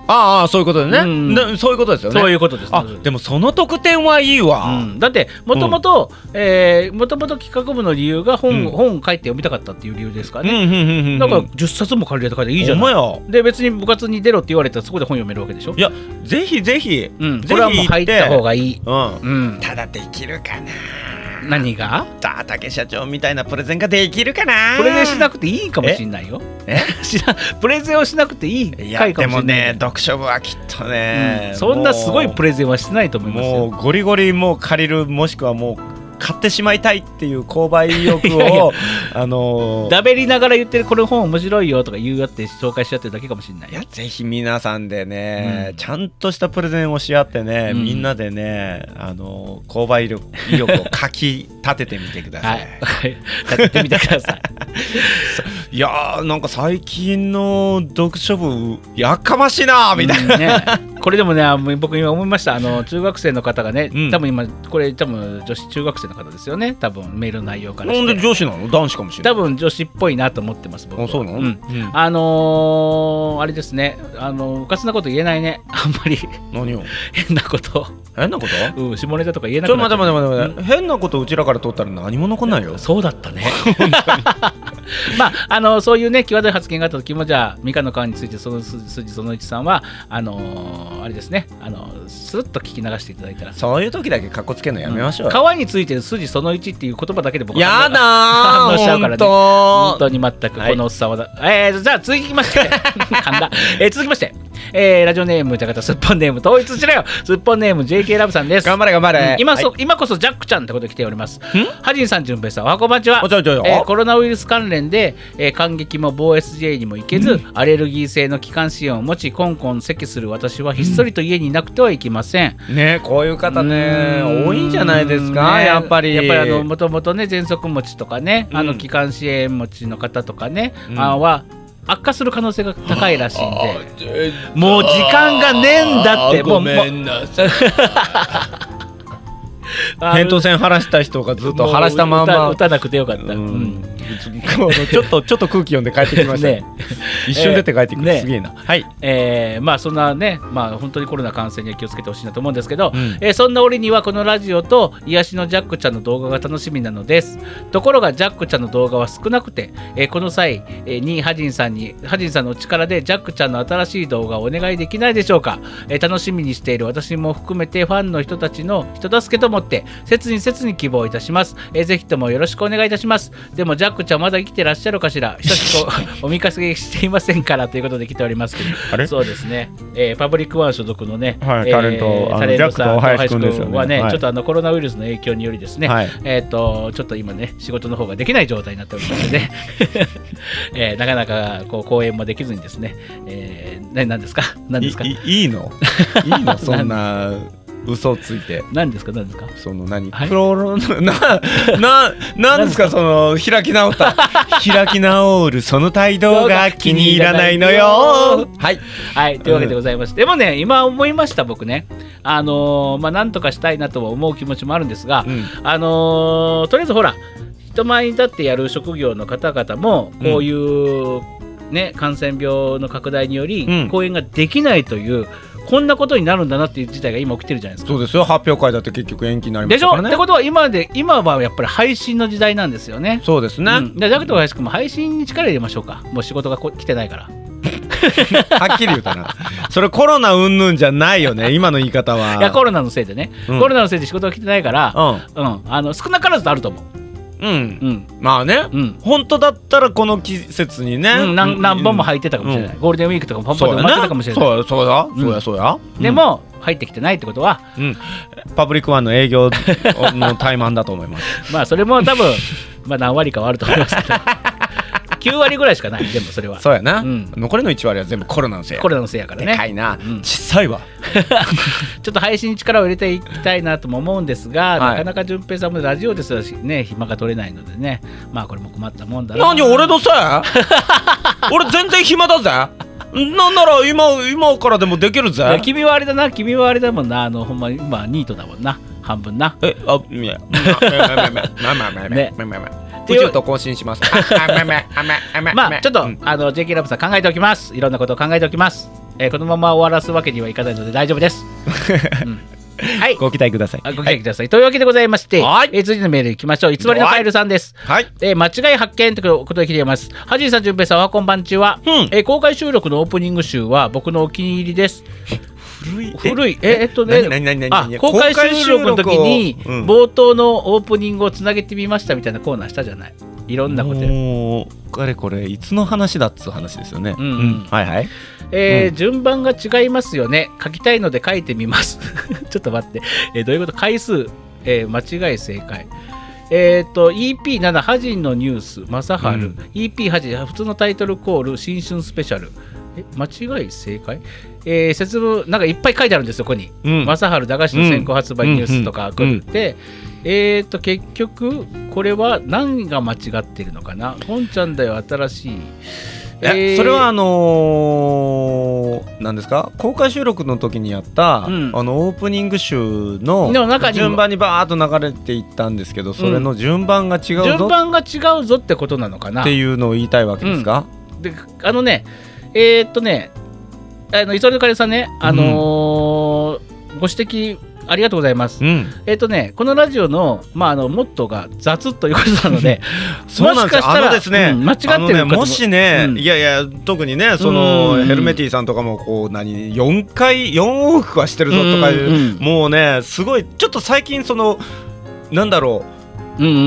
ああそういうことでね、うん、でそういうことですよね。 そういうことです。 あでもその特典はいいわ、 うん、だってもともともともと企画部の理由が本、うん、本を書いて読みたかったっていう理由ですからね、うんうんうんうん、だからじゅっさつも借りれたからいいじゃない。で別に部活に出ろって言われたらそこで本読めるわけでしょ。 いやぜひぜひ、 うん、これはもう入った方がいい、 うんうん、ただできるかな。 何がだ竹社長みたいなプレゼンができるかな。 プレゼンしなくていいかもしれないよ。えプレゼンをしなくていい回かもしれない。いやでもね読書部はきっとね、 うん、そんなすごいプレゼンはしてないと思いますよ。 もうゴリゴリもう借りるもしくはもう買ってしまいたいっていう購買意欲をいやいやあのー、 だべりながら言ってるこの本面白いよとか言うやって紹介しちゃってるだけかもしれない。 いやぜひ皆さんでね、うん、ちゃんとしたプレゼンをし合ってね、うん、みんなでねあのー、購買意力をかき立ててみてください、 はい、立ててみてくださいいやーなんか最近の読書部やかましいなみたいな、うんね、 これでもね僕今思いました。あの中学生の方がね、うん、多分今これ多分女子中学生の方ですよね。多分メールの内容からして。 なんで女子なの？男子かもしれない。 多分女子っぽいなと思ってます僕は。 あそうなの？うんうん、あのー、あれですねあのうかつなこと言えないねあんまり。何を？変なこと変なこと？ うん下ネタとか言えなくなっちゃう。 ちょ待って待って待って、うん、変なことうちらから取ったら何も残んないよ。 そうだったねまああのそういうね際どい発言があった時もじゃあみかんの皮についてその筋そのいちさんはあのー、あれですねあのスルッと聞き流していただいたらそういう時だけカッコつけるのやめましょう、 うん、皮についてる筋そのいちっていう言葉だけで僕はやだー反応しちゃうからね本当に全くこのおっさんは、はいえー、じゃあ続きまして噛んだ、えー、続きましてえー、ラジオネームじゃがたすっぽんネーム統一しろよすっぽんネーム ジェイケー ラブさんです。 頑張れ頑張れ、 うん、今, そ、はい、今こそジャックちゃんってことで来ております。ハジンさん順平さんおはこんばんちは。 おちょいちょい、 えー、コロナウイルス関連で、えー、感激も某 エスジェー にも行けず、うん、アレルギー性の気管支炎を持ちコンコン咳する私はひっそりと家にいなくてはいけません、 うん、ねこういう方ね多いんじゃないですか、ね、やっぱりやっぱりあのもともとね喘息持ちとかね、うん、あの気管支炎持ちの方とかね、うん、あは悪化する可能性が高いらしいんでもう時間がねえんだってごめんなさい扁桃腺晴らした人がずっと晴らしたまま打, 打たなくてよかった、うんうんちょっとちょっと空気読んで帰ってきましたね一瞬出て帰ってくる、えーね、すげえなはい、 えー、まあそんなねまあ本当にコロナ感染には気をつけてほしいなと思うんですけど、うんえー、そんな折にはこのラジオと癒しのジャックちゃんの動画が楽しみなのです。ところがジャックちゃんの動画は少なくて、えー、この際にハジンさんにハジンさんのお力でジャックちゃんの新しい動画をお願いできないでしょうか、えー、楽しみにしている私も含めてファンの人たちの人助けと思って切に切に希望いたします、えー、ぜひともよろしくお願いいたします。でもジャックちゃんまだ生きてらっしゃるかしら久しくお見かけしていませんからということで来ておりますけどあれそうですね、えー、パブリックワン所属のね、 はい、タレント、えー、タレントさん大橋君はね、 はい、ちょっとあのコロナウイルスの影響によりですね、はい、えー、とちょっと今ね仕事の方ができない状態になっておりますので、えー、なかなかこう講演もできずにですね、えー、何ですか何ですかい, い, いいのいいのそんな嘘をついて何ですか何ですかその何、はい、プロなななんですかその開き直った開き直るその態度が気に入らないのよはいはいというわけでございまして、うん、でもね今思いました僕ねあのー、まあなんとかしたいなとは思う気持ちもあるんですが、うん、あのー、とりあえずほら人前に立ってやる職業の方々もこういう、うんね、感染病の拡大により講演ができないという、うんこんなことになるんだなっていう事態が今起きてるじゃないですか。 そうですよ発表会だって結局延期になりましたからね。 でしょってことは今で今はやっぱり配信の時代なんですよね。 そうですね、うん、 じゃあジャクと林くんも配信に力入れましょうか。もう仕事がこ来てないからはっきり言うたなそれコロナうんぬんじゃないよね今の言い方は。 いやコロナのせいでね、うん、コロナのせいで仕事が来てないから、うんうん、あの少なからずあると思う。 うんうん、まあね、うん、本当だったらこの季節にね、 うん、何, 何本も入ってたかもしれない、うん、ゴールデンウィークとかもポンポンで埋まってたかもしれない。 そうやそうやそうやそうや、 うん、でも入ってきてないってことは、 うん、パブリックワンの営業の怠慢だと思いますまあそれも多分まあ何割かはあると思いますけどきゅうわりぐらいしかないでもそれはそうやな、うん、残りのいちわりは全部コロナのせいやコロナのせいやからねでかいな、うん、小さいわちょっと配信に力を入れていきたいなとも思うんですが、はい、なかなか順平さんもラジオですらね暇が取れないのでねまあこれも困ったもんだな。 何俺のせい俺全然暇だぜなんなら今今からでもできるぜ。 君はあれだな君はあれだもんなあのほんまにまあニートだもんな半分なえあいやまあまあまあまあまあまあまあまあ宇宙と更新しますまあちょっと、うん、あの ジェイケー ラブさん考えておきます。いろんなことを考えておきます。 えー、このまま終わらすわけにはいかないので大丈夫です、うんはい、 ご期待ください。 ご期待ください、はい、というわけでございまして、はい、えー、続いてのメールいきましょう。偽りのカエルさんです、はい、えー、間違い発見ということで来ています。はじいさん、じゅんぺいさん、おはこんばんちは、うん、えー、公開収録のオープニング集は僕のお気に入りです。 古い古いええっとねあ公開収録の時に冒頭のオープニングをつなげてみましたみたいなコーナーしたじゃない。いろんなこともうかれこれいつの話だっつう話ですよね。うんうん、はいはい、 えーうん、順番が違いますよね。書きたいので書いてみますちょっと待って、えー、どういうこと。回数、えー、間違い正解。えっ、ー、と イーピーなな ハジンのニュース正治、うん、イーピーはち 普通のタイトルコール新春スペシャル。え間違い正解、えー、説明なんかいっぱい書いてあるんですよ。ここに、うん、正治駄菓子の先行発売ニュースとか来るって、うんうんうん、えっ、ー、と結局これは何が間違ってるのかな。本ちゃんだよ新しい、 えー、それはあのー、何ですか、公開収録の時にやった、うん、あのオープニング集の順番にバーッと流れていったんですけど、それの順番が違うぞ、 順番が違うぞってことなのかなっていうのを言いたいわけですか、 うん、であのねえー、っとねあの磯野カレさんね、あのーうん、ご指摘ありがとうございます、うん、えっ、ー、とねこのラジオの、まあ、あのモットーが雑ということなのでそうなんですよ。あのですね、うん、 間違ってるか、 ね、もしね、うん、いやいや特にねその、うん、ヘルメティさんとかもこう何よんかいよん往復はしてるぞとかいう、うん、もうねすごいちょっと最近そのなんだろううんうんうん、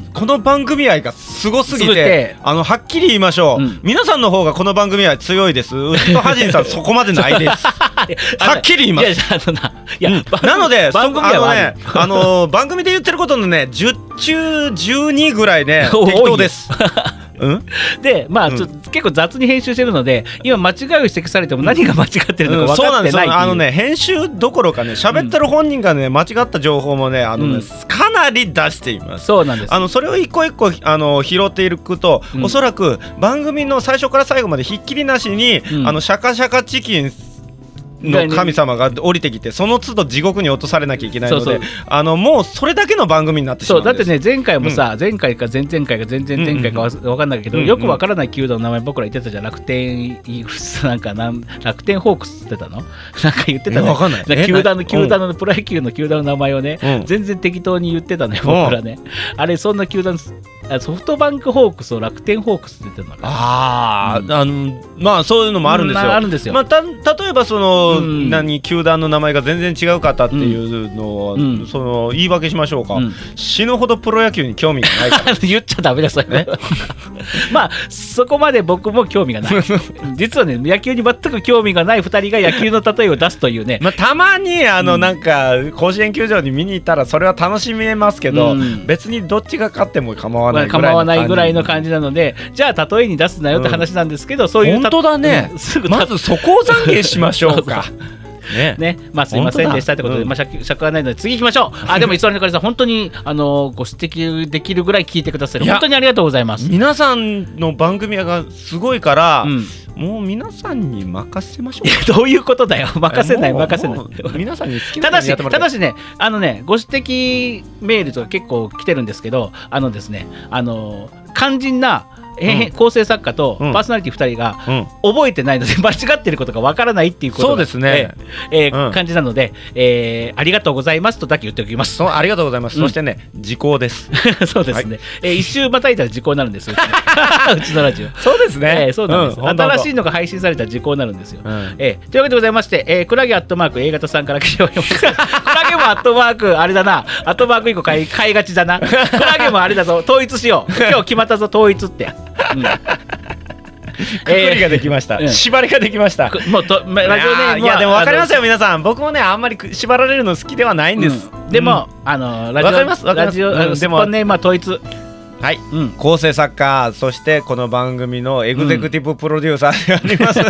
この番組愛がすごすぎ て, てあのはっきり言いましょう、うん、皆さんの方がこの番組愛強いです。うちとハジンさんそこまでないですはっきり言います。いやあのな、いや、うん、なので番組あのねあの番組で言ってることのねじゅっちゅうじゅうにぐらいね適当ですうん、でまあ、うん、ちょ結構雑に編集してるので今間違いを指摘されても何が間違ってるのか分かってないっていう、うん、そうなんですよ。あのね編集どころかね喋ってる本人がね間違った情報もねあのね、うん、かなり出しています。 そうなんです。 あのそれを一個一個あの拾っていくと、うん、おそらく番組の最初から最後までひっきりなしに、うん、あのシャカシャカチキンの神様が降りてきてその都度地獄に落とされなきゃいけないので、そうそうあのもうそれだけの番組になってしまうんです。 そうだってね前回もさ、うん、前回か前々回か前々前回か分かんないけど、うんうん、よく分からない球団の名前僕ら言ってたじゃん。楽天イーグルスなんかなん楽天ホークスって言ってたのなんか言ってたね。 分かんない。 球団の球団のプロ野球の球団の名前をね、うん、全然適当に言ってたのよ僕らね。あれそんな球団ソフトバンクホークスを楽天ホークスって言ってるのかな。 あ、うん、あのまあそういうのもあるんですよ。 うん、あるんですよ。 まあ、た例えばその、うん、何球団の名前が全然違う方っていうのを、うん、その言い訳しましょうか、うん、死ぬほどプロ野球に興味がないから言っちゃダメだそれ、ね、まあそこまで僕も興味がない実はね野球に全く興味がないふたりが野球の例えを出すというね、 まあ、たまにあの、うん、なんか甲子園球場に見に行ったらそれは楽しめますけど、うん、別にどっちが勝っても構わないぐらいの感じ、 構わないぐらいの感じなのでじゃあ例えに出すなよって話なんですけど、うん、そういう本当だね、うん、すぐまずそこを懺悔しましょうかね, ねまあすいませんでしたってことで、うんまあ、尺, 尺はないので次行きましょう。あでも磯野かさん本当にあのご指摘できるぐらい聞いてくださる本当にありがとうございます。 皆さんの番組がすごいから、うん、もう皆さんに任せましょうどういうことだよ任せない任せない皆さんに好きなようにやってもらって。 ただしねあのねご指摘メールとか結構来てるんですけどあのですねあの肝心なうん、構成作家とパーソナリティふたりが覚えてないので、うん、間違ってることがわからないっていうことそうですね、 えーえーうん、感じなので、えー、ありがとうございますとだけ言っておきます。 そうありがとうございます、うん、そしてね時効ですそうですね、はいえー、一周またいたら時効になるんですうちのラジオそうですね、 えー、そうなんです、うん、新しいのが配信されたら時効になるんですよ、うんえー、というわけでございまして、えー、クラゲアットマーク A 型さんから来ておりますクラゲもアットマークあれだなアットマークいっこ買い、買いがちだなクラゲもあれだぞ統一しよう今日決まったぞ統一って、うんくくりができました、えー、縛りができました。 もうとラジオねいやでも分かりますよ皆さん。僕もねあんまり縛られるの好きではないんです、 うん、でも、うん、あのラジオ分かります分かりますラジオ、うん、スポンネームは統一はい、うん、構成作家そしてこの番組のエグゼクティブプロデューサーであります、うん、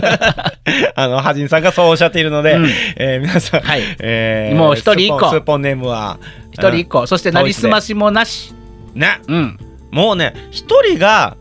あのハジンさんがそうおっしゃっているので、うんえー、皆さん、はいえー、 もう一人一個スポンネームは一人一個そしてなりすましもなしね、うん、もうね一人が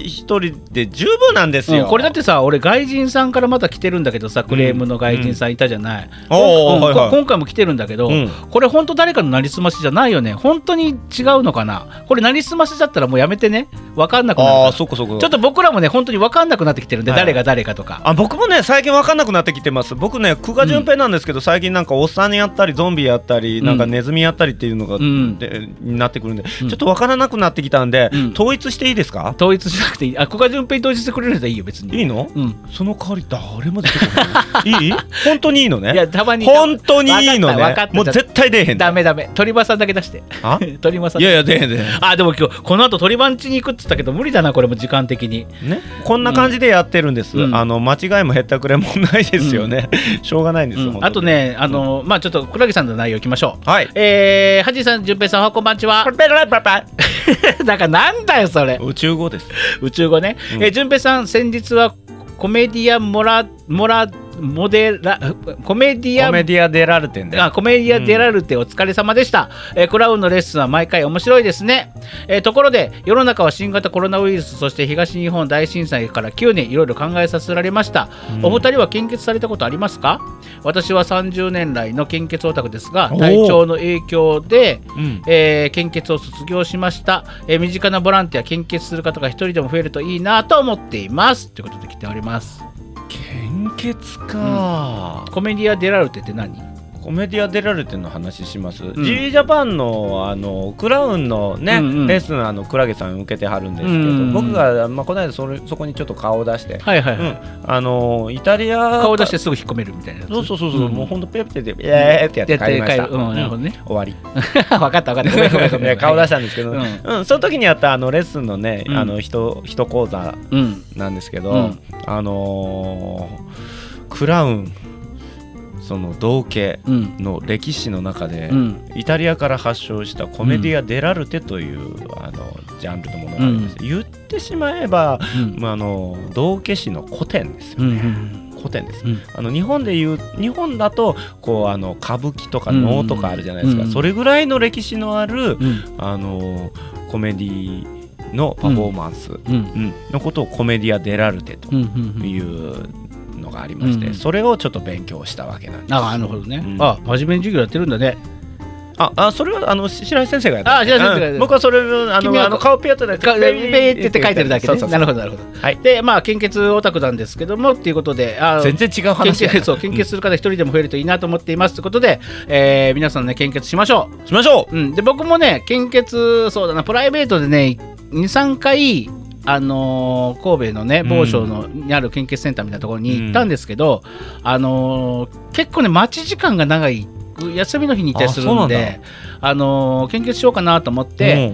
一人で十分なんですよ、 うん、これだってさ俺外人さんからまた来てるんだけどさクレームの外人さんいたじゃない、うんうん、今回も来てるんだけど、うん、これ本当誰かのなりすましじゃないよね本当に違うのかなこれなりすましだったらもうやめてね分かんなくなるからあそこそこちょっと僕らもね本当に分かんなくなってきてるんで、はい、誰が誰かとかあ僕もね最近分かんなくなってきてます僕ね久我淳平なんですけど、うん、最近なんかおっさんやったりゾンビやったり、うん、なんかネズミやったりっていうのが、うん、でになってくるんで、うん、ちょっと分からなくなってきたんで、うん、統一していいですか統一しなくていいあ久我淳平統一してくれるんだったらいいよ別にいいの、うん、その代わり誰まで出てくるのいい本当にいいのねいやたまに本当にいいのねもう絶対出えへんダメダメ鳥羽さんだけ出してあ鳥羽さんいやいや出へん出へんあでも今日この後鳥羽ん家に行くって言ったけど無理だなこれも時間的にねこんな感じでやってるんです、うん、あの間違いもへったくれもないですよね、うん、しょうがないんですよ、 うん、あとねあの、うん、まあちょっと倉木さんの内容いきましょうはいえー、はじさん淳平さんこんばんちはだからなんだよそれ宇宙語です宇宙語ね、うん、えー、淳平さん先日はコメディアンモラモラモデラコメディアコメディアデラルテンであコメディアデラルテお疲れ様でした、うんえー、クラウンのレッスンは毎回面白いですね、えー、ところで世の中は新型コロナウイルスそして東日本大震災からきゅうねんいろいろ考えさせられました、うん、お二人は献血されたことありますか私はさんじゅうねん来の献血オタクですが体調の影響で、うんえー、献血を卒業しました、えー、身近なボランティア献血する方が一人でも増えるといいなと思っていますということで来ております献血か、 うん、コメディアデラルテって何コメディアデラルテの話します、うん、G ジャパン の, あのクラウンのね、うんうん、レッスンあのクラゲさん受けてはるんですけど、うんうん、僕が、まあ、この間 そ, れそこにちょっと顔を出して、 はいはいはいうん、 あのイタリア顔出してすぐ引っ込めるみたいなやつそうそうそうそう、うん、もうほんとペペでえーってやって帰りました、 うん、なるほどね、 終わり分かった分かった顔出したんですけど、はいうんうん、その時にやったあのレッスンのね、うん、あの人一講座なんですけど、うん、あのー、クラウンその道家の歴史の中で、うん、イタリアから発祥したコメディアデラルテという、うん、あのジャンルのものがあります、うん、言ってしまえば、うんまあ、あの道家史の古典ですよね、うんうん、古典です、うん、あの日本でいう日本だとこうあの歌舞伎とか能とかあるじゃないですか、うんうん、それぐらいの歴史のある、うん、あのコメディのパフォーマンスのことをコメディアデラルテというのがありまして、うん、それをちょっと勉強したわけなんです。 ああなるほどね、うん、あ真面目に授業やってるんだね。 ああそれはあの白井先生がやってる。 あ白井先生がやってる。 僕はそれをあのあの顔ピヤッとやってペーって書いてるだけで、ね、なるほどなるほど、はい、でまあ献血オタクなんですけどもっていうことであ全然違う話献血そう献血する方一人でも増えるといいなと思っていますということで、えー、皆さんね献血しましょうしましょう、 うん、で僕もね献血そうだなプライベートでね にさんかいあのー、神戸のね某所のにある献血センターみたいなところに行ったんですけど、うん、あのー、結構ね待ち時間が長い休みの日に行ったりするんであ、あのー、献血しようかなと思って、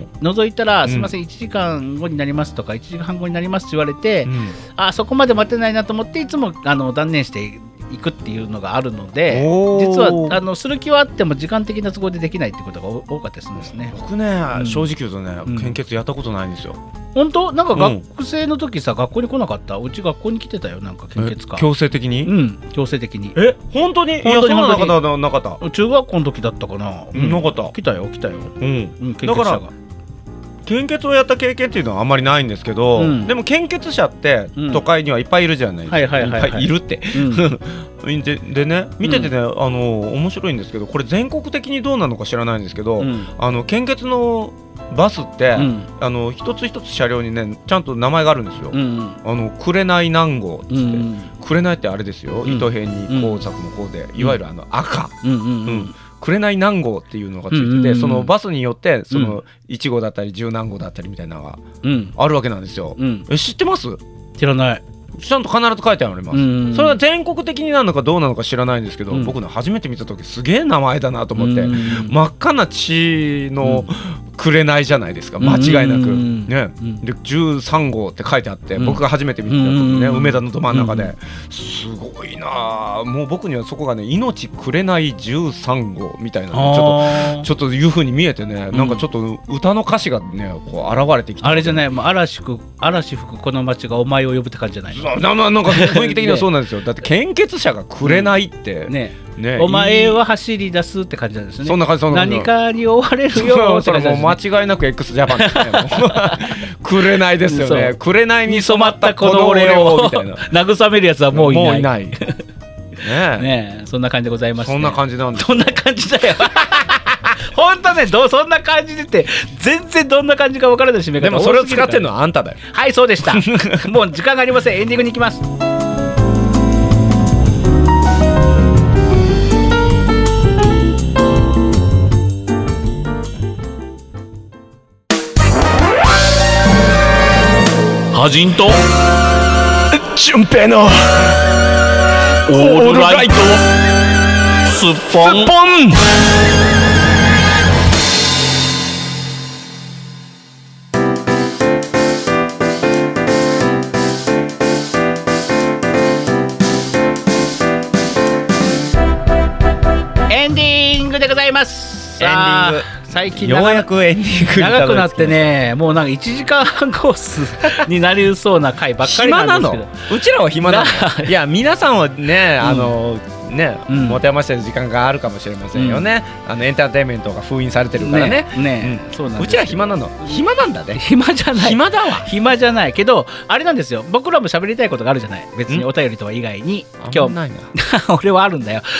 うん、覗いたら、うん、すみませんいちじかんごになりますとかいちじかんはんごになりますって言われて、うん、あそこまで待てないなと思っていつもあの断念して行くっていうのがあるので実はあのする気はあっても時間的な都合でできないっていうことが多かったりするんですね。 僕ね、うん、正直言うとね、うん、献血やったことないんですよ。 本当なんか学生の時さ、うん、学校に来なかった？うち学校に来てたよなんか献血か強制的に？ うん強制的に。 え本当に？ 本当にいやそんななかった。 中学校の時だったかな、 うん、なかった。 来たよ来たよ、 うんうん、献血者が献血をやった経験っていうのはあんまりないんですけど、うん、でも献血者って都会にはいっぱいいるじゃないですか、うん、はいはいはいはい、いるって、うん、で, でね見ててね、うん、あの面白いんですけどこれ全国的にどうなのか知らないんですけど、うん、あの献血のバスって、うん、あの一つ一つ車両にねちゃんと名前があるんですよ、うんうん、あの紅何号っつって、うんうん、紅ってあれですよ、うん、糸辺に工作の方で、うん、いわゆるあの赤、うんうんうんうん紅何号っていうのがついてて、うんうんうん、そのバスによってそのいち号だったりじゅう何号だったりみたいなのがあるわけなんですよ、うん、え知ってます？ 知らない。 ちゃんと必ず書いてあります、うんうん、それは全国的になるのかどうなのか知らないんですけど、うん、僕ね初めて見た時すげえ名前だなと思って、うんうん、真っ赤な血の紅じゃないですか間違いなく、うん、ね、でじゅうさん号って書いてあって、うん、僕が初めて見た時ね、うん、梅田のど真ん中で、うん、すごいなもう僕にはそこがね命くれないじゅうさん号みたいなちょっとちょっという風に見えてね、うん、なんかちょっと歌の歌詞がねこう現れてきて、 あれじゃないもう嵐吹く嵐吹くこの街がお前を呼ぶって感じじゃないの？ な, な, なんか雰囲気的にはそうなんですよだって献血者がくれないって、うんね、 ね、お前は走り出すって感じなんですね。 そんな感じ、そんな感じ。 何かに追われるよって感じですね。 それもう間違いなく X ジャパンですね。紅ですよね。紅に染まったこの俺をみたいな。 慰めるやつはもういない。もういない。ねえ、ねえ、そんな感じでございます、ね。 そんな感じなんです。 そんな感じだよ。本当ね、どうそんな感じでって全然どんな感じか分からない締め方。 でもそれを使ってるのはあんただよ。 はい、そうでした。もう時間がありません。エンディングに行きます。 ハジンと純平のオールライトスッポン。 エンディングでございます。 エンディング最近ようやくエンディング長くなってね、もうなんかいちじかんはんコースになりそうな回ばっかりなんですけど。 暇なの？うちらは暇なの？いや、皆さんはね、あの、うんね、うん、持て余してる時間があるかもしれませんよね、うん、あのエンターテインメントが封印されてるからね。 ね、ね、うん、そうなんです。 うちら暇なの？暇なんだね。 暇じゃない。 暇だわ。 暇じゃないけど、あれなんですよ。僕らも喋りたいことがあるじゃない。別にお便りとは以外に。 今日ないな。 俺はあるんだよ。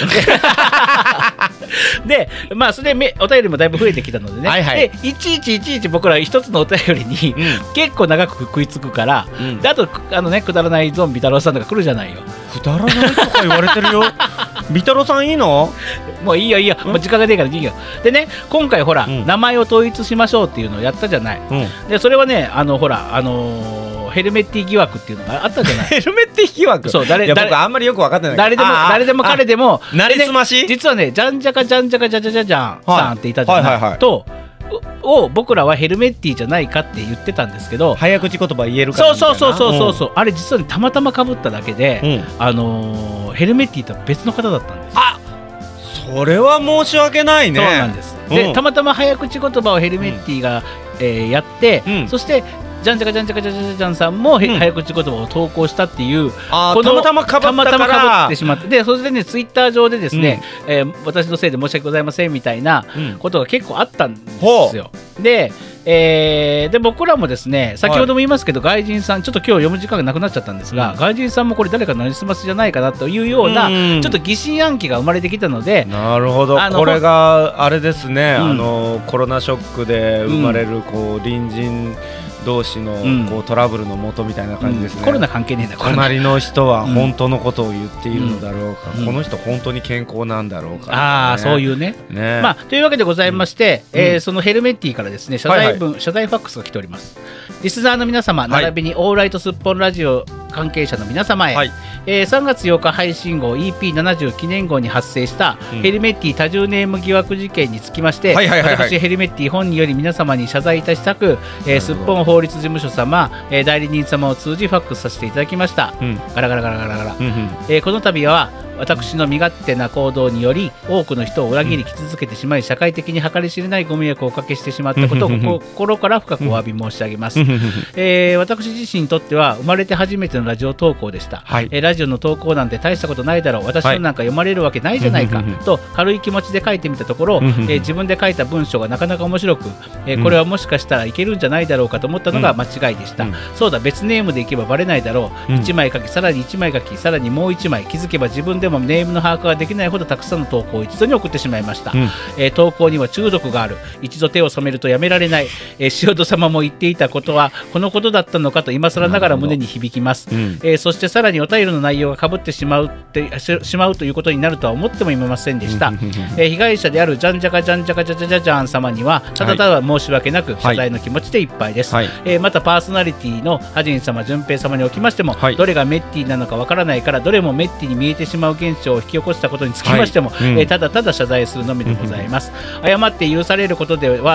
で、まあそれでお便りもだいぶ増えてきたのでね。はいはい、で、いちいちいちいち僕ら一つのお便りに、うん、結構長く食いつくから、うん、であとあのね、くだらないゾンビ太郎さんとか来るじゃないよ。 くだらないとか言われてるよ。ビタロさんいいの？ もういいよいいよ、もう時間が出るからいいよ。でね、今回ほら、うん、名前を統一しましょうっていうのをやったじゃない、うん、でそれはね、あのほらあのー、ヘルメッティ疑惑っていうのがあったじゃない。 ヘルメッティ疑惑？ そう、誰いや僕あんまりよく分かってない。 誰でも誰でも彼でもなりすまし、 ね、実はね、じゃんじゃかじゃんじゃかじゃじゃじゃじゃんさんっていたじゃない、はいはいはいはい、とを僕らはヘルメッティじゃないかって言ってたんですけど、 早口言葉言えるからみたいな。 そうそうそうそうそう、うん、あれ実は、ね、たまたま被っただけで、うん、あのー、ヘルメッティとは別の方だったんです。 あ、それは申し訳ないね。 そうなんです。で、うん、たまたま早口言葉をヘルメッティが、うん、えー、やって、うん、そしてじゃんじゃかじゃんじゃかじゃんじゃじゃんさんも、うん、早口言葉を投稿したっていう、 あこのたまたまかぶったからたまたま被ってしまって、でそれでね、ツイッター上でですね、うん、えー、私のせいで申し訳ございませんみたいなことが結構あったんですよ、うん、でえー、で僕らもですね、先ほども言いますけど、はい、外人さん、ちょっと今日読む時間がなくなっちゃったんですが、うん、外人さんもこれ誰かのなりすますじゃないかなというような、うん、ちょっと疑心暗鬼が生まれてきたので。 なるほど、これがあれですね、うん、あのコロナショックで生まれるこう、うん、隣人同士のこうトラブルの元みたいな感じですね、 うん、コロナ関係ねえんだ。 隣の人は本当のことを言っているのだろうか、うん、この人本当に健康なんだろうか、ね、 ああ、そういうね。ね、まあ、というわけでございまして、うん、えー、そのヘルメッティからですね、謝罪文、はいはい、謝罪ファックスが来ております。リスナーの皆様、並びにオーライトスッポンラジオ関係者の皆様へ、はい、えー、さんがつようか配信号 イーピーななじゅう 記念号に発生したヘルメッティ多重ネーム疑惑事件につきまして、私ヘルメッティ本により皆様に謝罪いたしたく、えー、スッポン法律事務所様、えー、代理人様を通じファックスさせていただきました、うん、ガラガラガラガラガラ、うんうん、えー、この度は私の身勝手な行動により多くの人を裏切り傷つけてしまい、社会的に計り知れないご迷惑をおかけしてしまったことを心から深くお詫び申し上げます、えー、私自身にとっては生まれて初めてのラジオ投稿でした、はい、えー、ラジオの投稿なんて大したことないだろう、私のなんか読まれるわけないじゃないか、はい、と軽い気持ちで書いてみたところ、えー、自分で書いた文章がなかなか面白く、えー、これはもしかしたらいけるんじゃないだろうかと思ったのが間違いでした、うん、そうだ、別ネームでいけばバレないだろう、うん、いちまい書き、さらにいちまい書き、さらにもういちまい、気づけば自分でもネームの把握ができないほどたくさんの投稿を一度に送ってしまいました、うん、えー、投稿には中毒がある、一度手を染めるとやめられない、えー、塩戸様も言っていたことはこのことだったのかと今更ながら胸に響きます、うん、えー、そしてさらにお便りの内容がかぶってしまうってし、しまうということになるとは思ってもいませんでした、えー、被害者であるじゃんじゃかじゃんじゃかじゃじゃじゃじゃん様にはただただ申し訳なく謝罪の気持ちでいっぱいです、はい、えー、またパーソナリティのハジン様、順平様におきましても、はい、どれがメッティなのかわからないからどれもメッティに見えてしまう現象を引き起こしたことにつきましても、はい、うん、えー、ただただ謝罪するのみでございます、うん、謝って許されることでは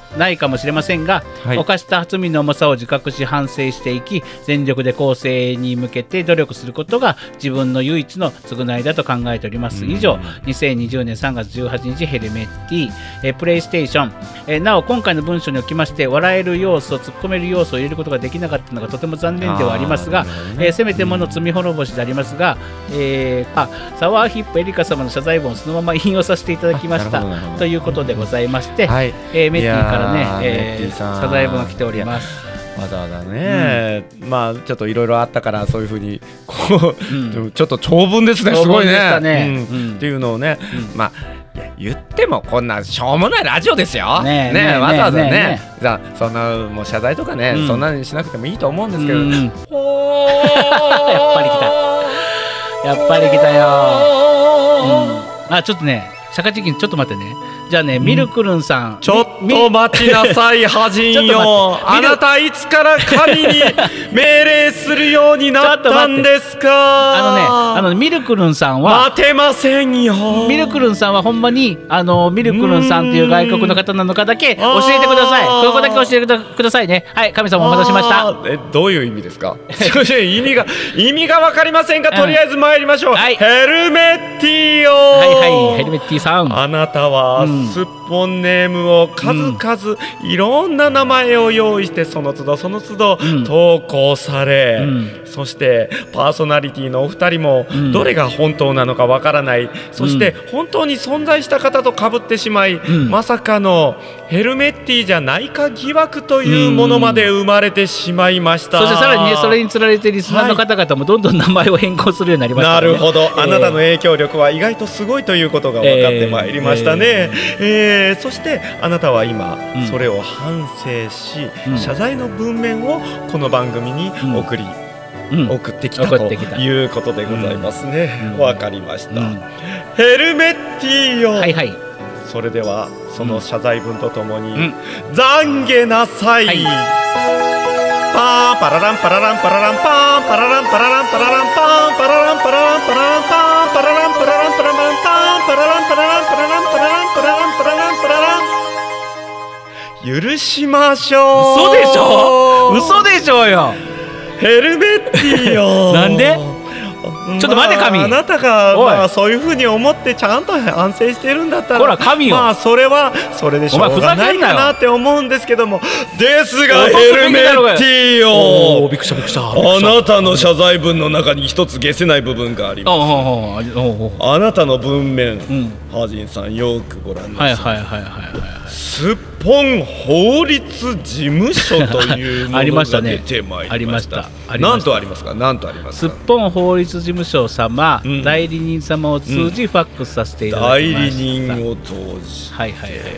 ないかもしれませんが、はい、犯した罪の重さを自覚し反省していき、全力で更生に向けて努力することが自分の唯一の償いだと考えております。以上、にせんにじゅうねんさんがつじゅうはちにちヘルメッティ、えプレイステーション、えなお今回の文章におきまして笑える要素、突っ込める要素を入れることができなかったのがとても残念ではありますが、ねえー、せめてもの罪滅ぼしでありますが、えー、あサワーヒップエリカ様の謝罪文をそのまま引用させていただきましたということでございまして、はい、えー、メッティからね、えー、謝罪文が来ております。 わざわざね、うん、まあちょっといろいろあったからそういうふうにこう、うん、ちょっと長文ですね、すごいね、ね、うんうん、っていうのをね、うん、まあ言ってもこんなしょうもないラジオですよねえ、ねえわざわざね、ねえじゃあそんなもう謝罪とかね、うん、そんなにしなくてもいいと思うんですけど、うん、やっぱり来たやっぱり来たよ、うん、あちょっとねシャカチキンちょっと待ってね。じゃあね、ミルクルンさん、 ちょっと待ちなさいハジンよあなたいつから神に命令するようになったんですか。 あのね、あのミルクルンさんは待てませんよ。 ミルクルンさんはほんまにあのミルクルンさんっていう外国の方なのかだけ教えてください。ここだけ教えてくださいね。はい、神様お待たせしました。 えどういう意味ですか意味が意味がわかりませんが、とりあえず参りましょう、はい、ヘルメッティよ。 はいはい、ヘルメッティさん、 あなたは、うんすっぽんネームを数々、うん、いろんな名前を用意してその都度その都度、うん、投稿され、うん、そしてパーソナリティのお二人もどれが本当なのかわからない、うん、そして本当に存在した方と被ってしまい、うん、まさかのヘルメッティじゃないか疑惑というものまで生まれてしまいました、 うん、そしてさらにねそれにつられてリスナーの方々もどんどん名前を変更するようになりましたね、 なるほど、えー、あなたの影響力は意外とすごいということが分かってまいりましたね、えーえーえー、そしてあなたは今、うん、それを反省し、うん、謝罪の文面をこの番組に送り、うん、送ってきたということでございますね。わ、うん、かりました、うん、ヘルメッティよ、はいはい、それではその謝罪文とともに、うん、懺悔なさい、はい、パーパラランパラランパラランパーパラランパラランパラランパーパラランパラランパラランパーパラランパラランパラランパーパラランパラランパラランパラランパラランパラランパララン許しましょう。嘘でしょ嘘でしょよヘルメッティよなんでちょっと待って神、 まあ、あなたが、まあ、そういうふうに思ってちゃんと反省してるんだったら、 ほら神よ、 まあそれはそれでしょうがないかなって思うんですけども、ですがヘルメッティよ、 おーびっくりしたびっくりした、 あなたの謝罪文の中に一つ消せない部分があります。あなたの文面、うん、ハジンさんよくご覧なさい。はいはいはいはいはい。すっぽん法律事務所というものが出てまいりました。何とありますか。何とありますか。 すっぽん法律事務所様、うん、代理人様を通じファックスさせていただきました。代理人を通じて、 はいはいはいはい、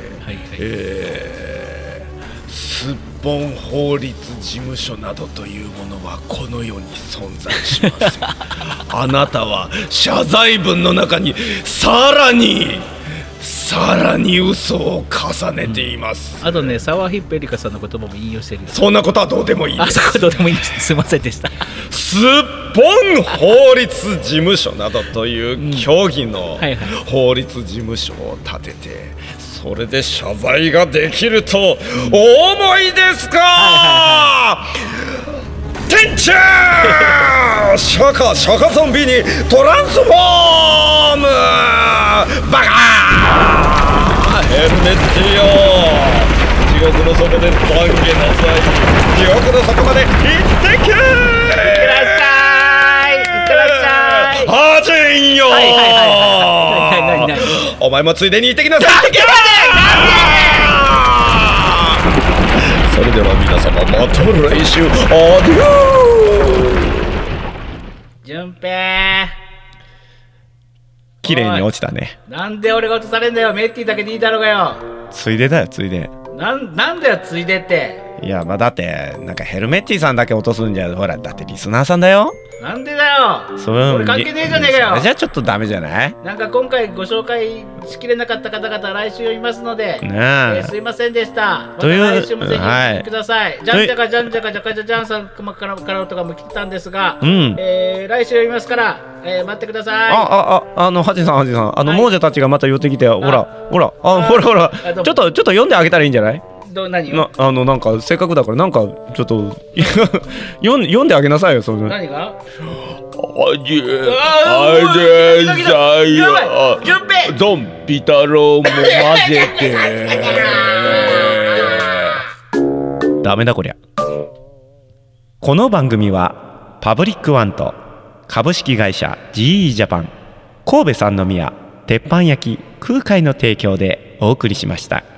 えー、すっぽん法律事務所などというものはこの世に存在しませんあなたは謝罪文の中にさらにさらに嘘を重ねています、 うん、あとねサワーヒップエリカさんの言葉も引用してる。 そんなことはどうでもいいです。 あそこどうでもいいです。すいませんでしたすっぽん法律事務所などという競技の法律事務所を立てて、それで謝罪ができるとお思いですか、はいはいはい、店長シャカシャカゾンビにトランスフォームバカヘルメッティよ、地獄の底で懺悔なさい。地獄の底まで行ってけー。いってらっしゃいいってらっしゃいハジンよ、はいはいはいはい、お前もついでに行ってきなさい。行ってけー。それでは皆様また来週アデュー。 順平綺麗に落ちたね。 なんで俺が落とされんだよ。メッティだけでいいだろうがよ。 ついでだよついで。 なん、なんだよついでって。 いやまあだってなんかヘルメッティさんだけ落とすんじゃ、ほらだってリスナーさんだよ。 なんでだよ。それ俺関係ねえじゃねえかよ。 それじゃちょっとダメじゃない。 なんか今回ご紹介しきれなかった方々来週読みますので、ねえー、すいませんでした。また来週もぜひお聞きください。じゃんじゃかじゃんじゃかじゃかじゃじゃんさんからからとかも来てたんですが、うん、えー、来週読みますから、えー、待ってください。 ああああのハジさんハジさんあの、はい、亡者たちがまた寄ってきて、ほらほらあほらほらちょっとちょっと読んであげたらいいんじゃない。 ど何なあのなんかせっかくだからなんかちょっと読ん読んであげなさいよその。 何が？ あじあじさよ。ゾンビ太郎も混ぜて。 ダメだこりゃ。この番組はパブリックワンと株式会社 ジーイー ジャパン、神戸三宮鉄板焼き空海の提供でお送りしました。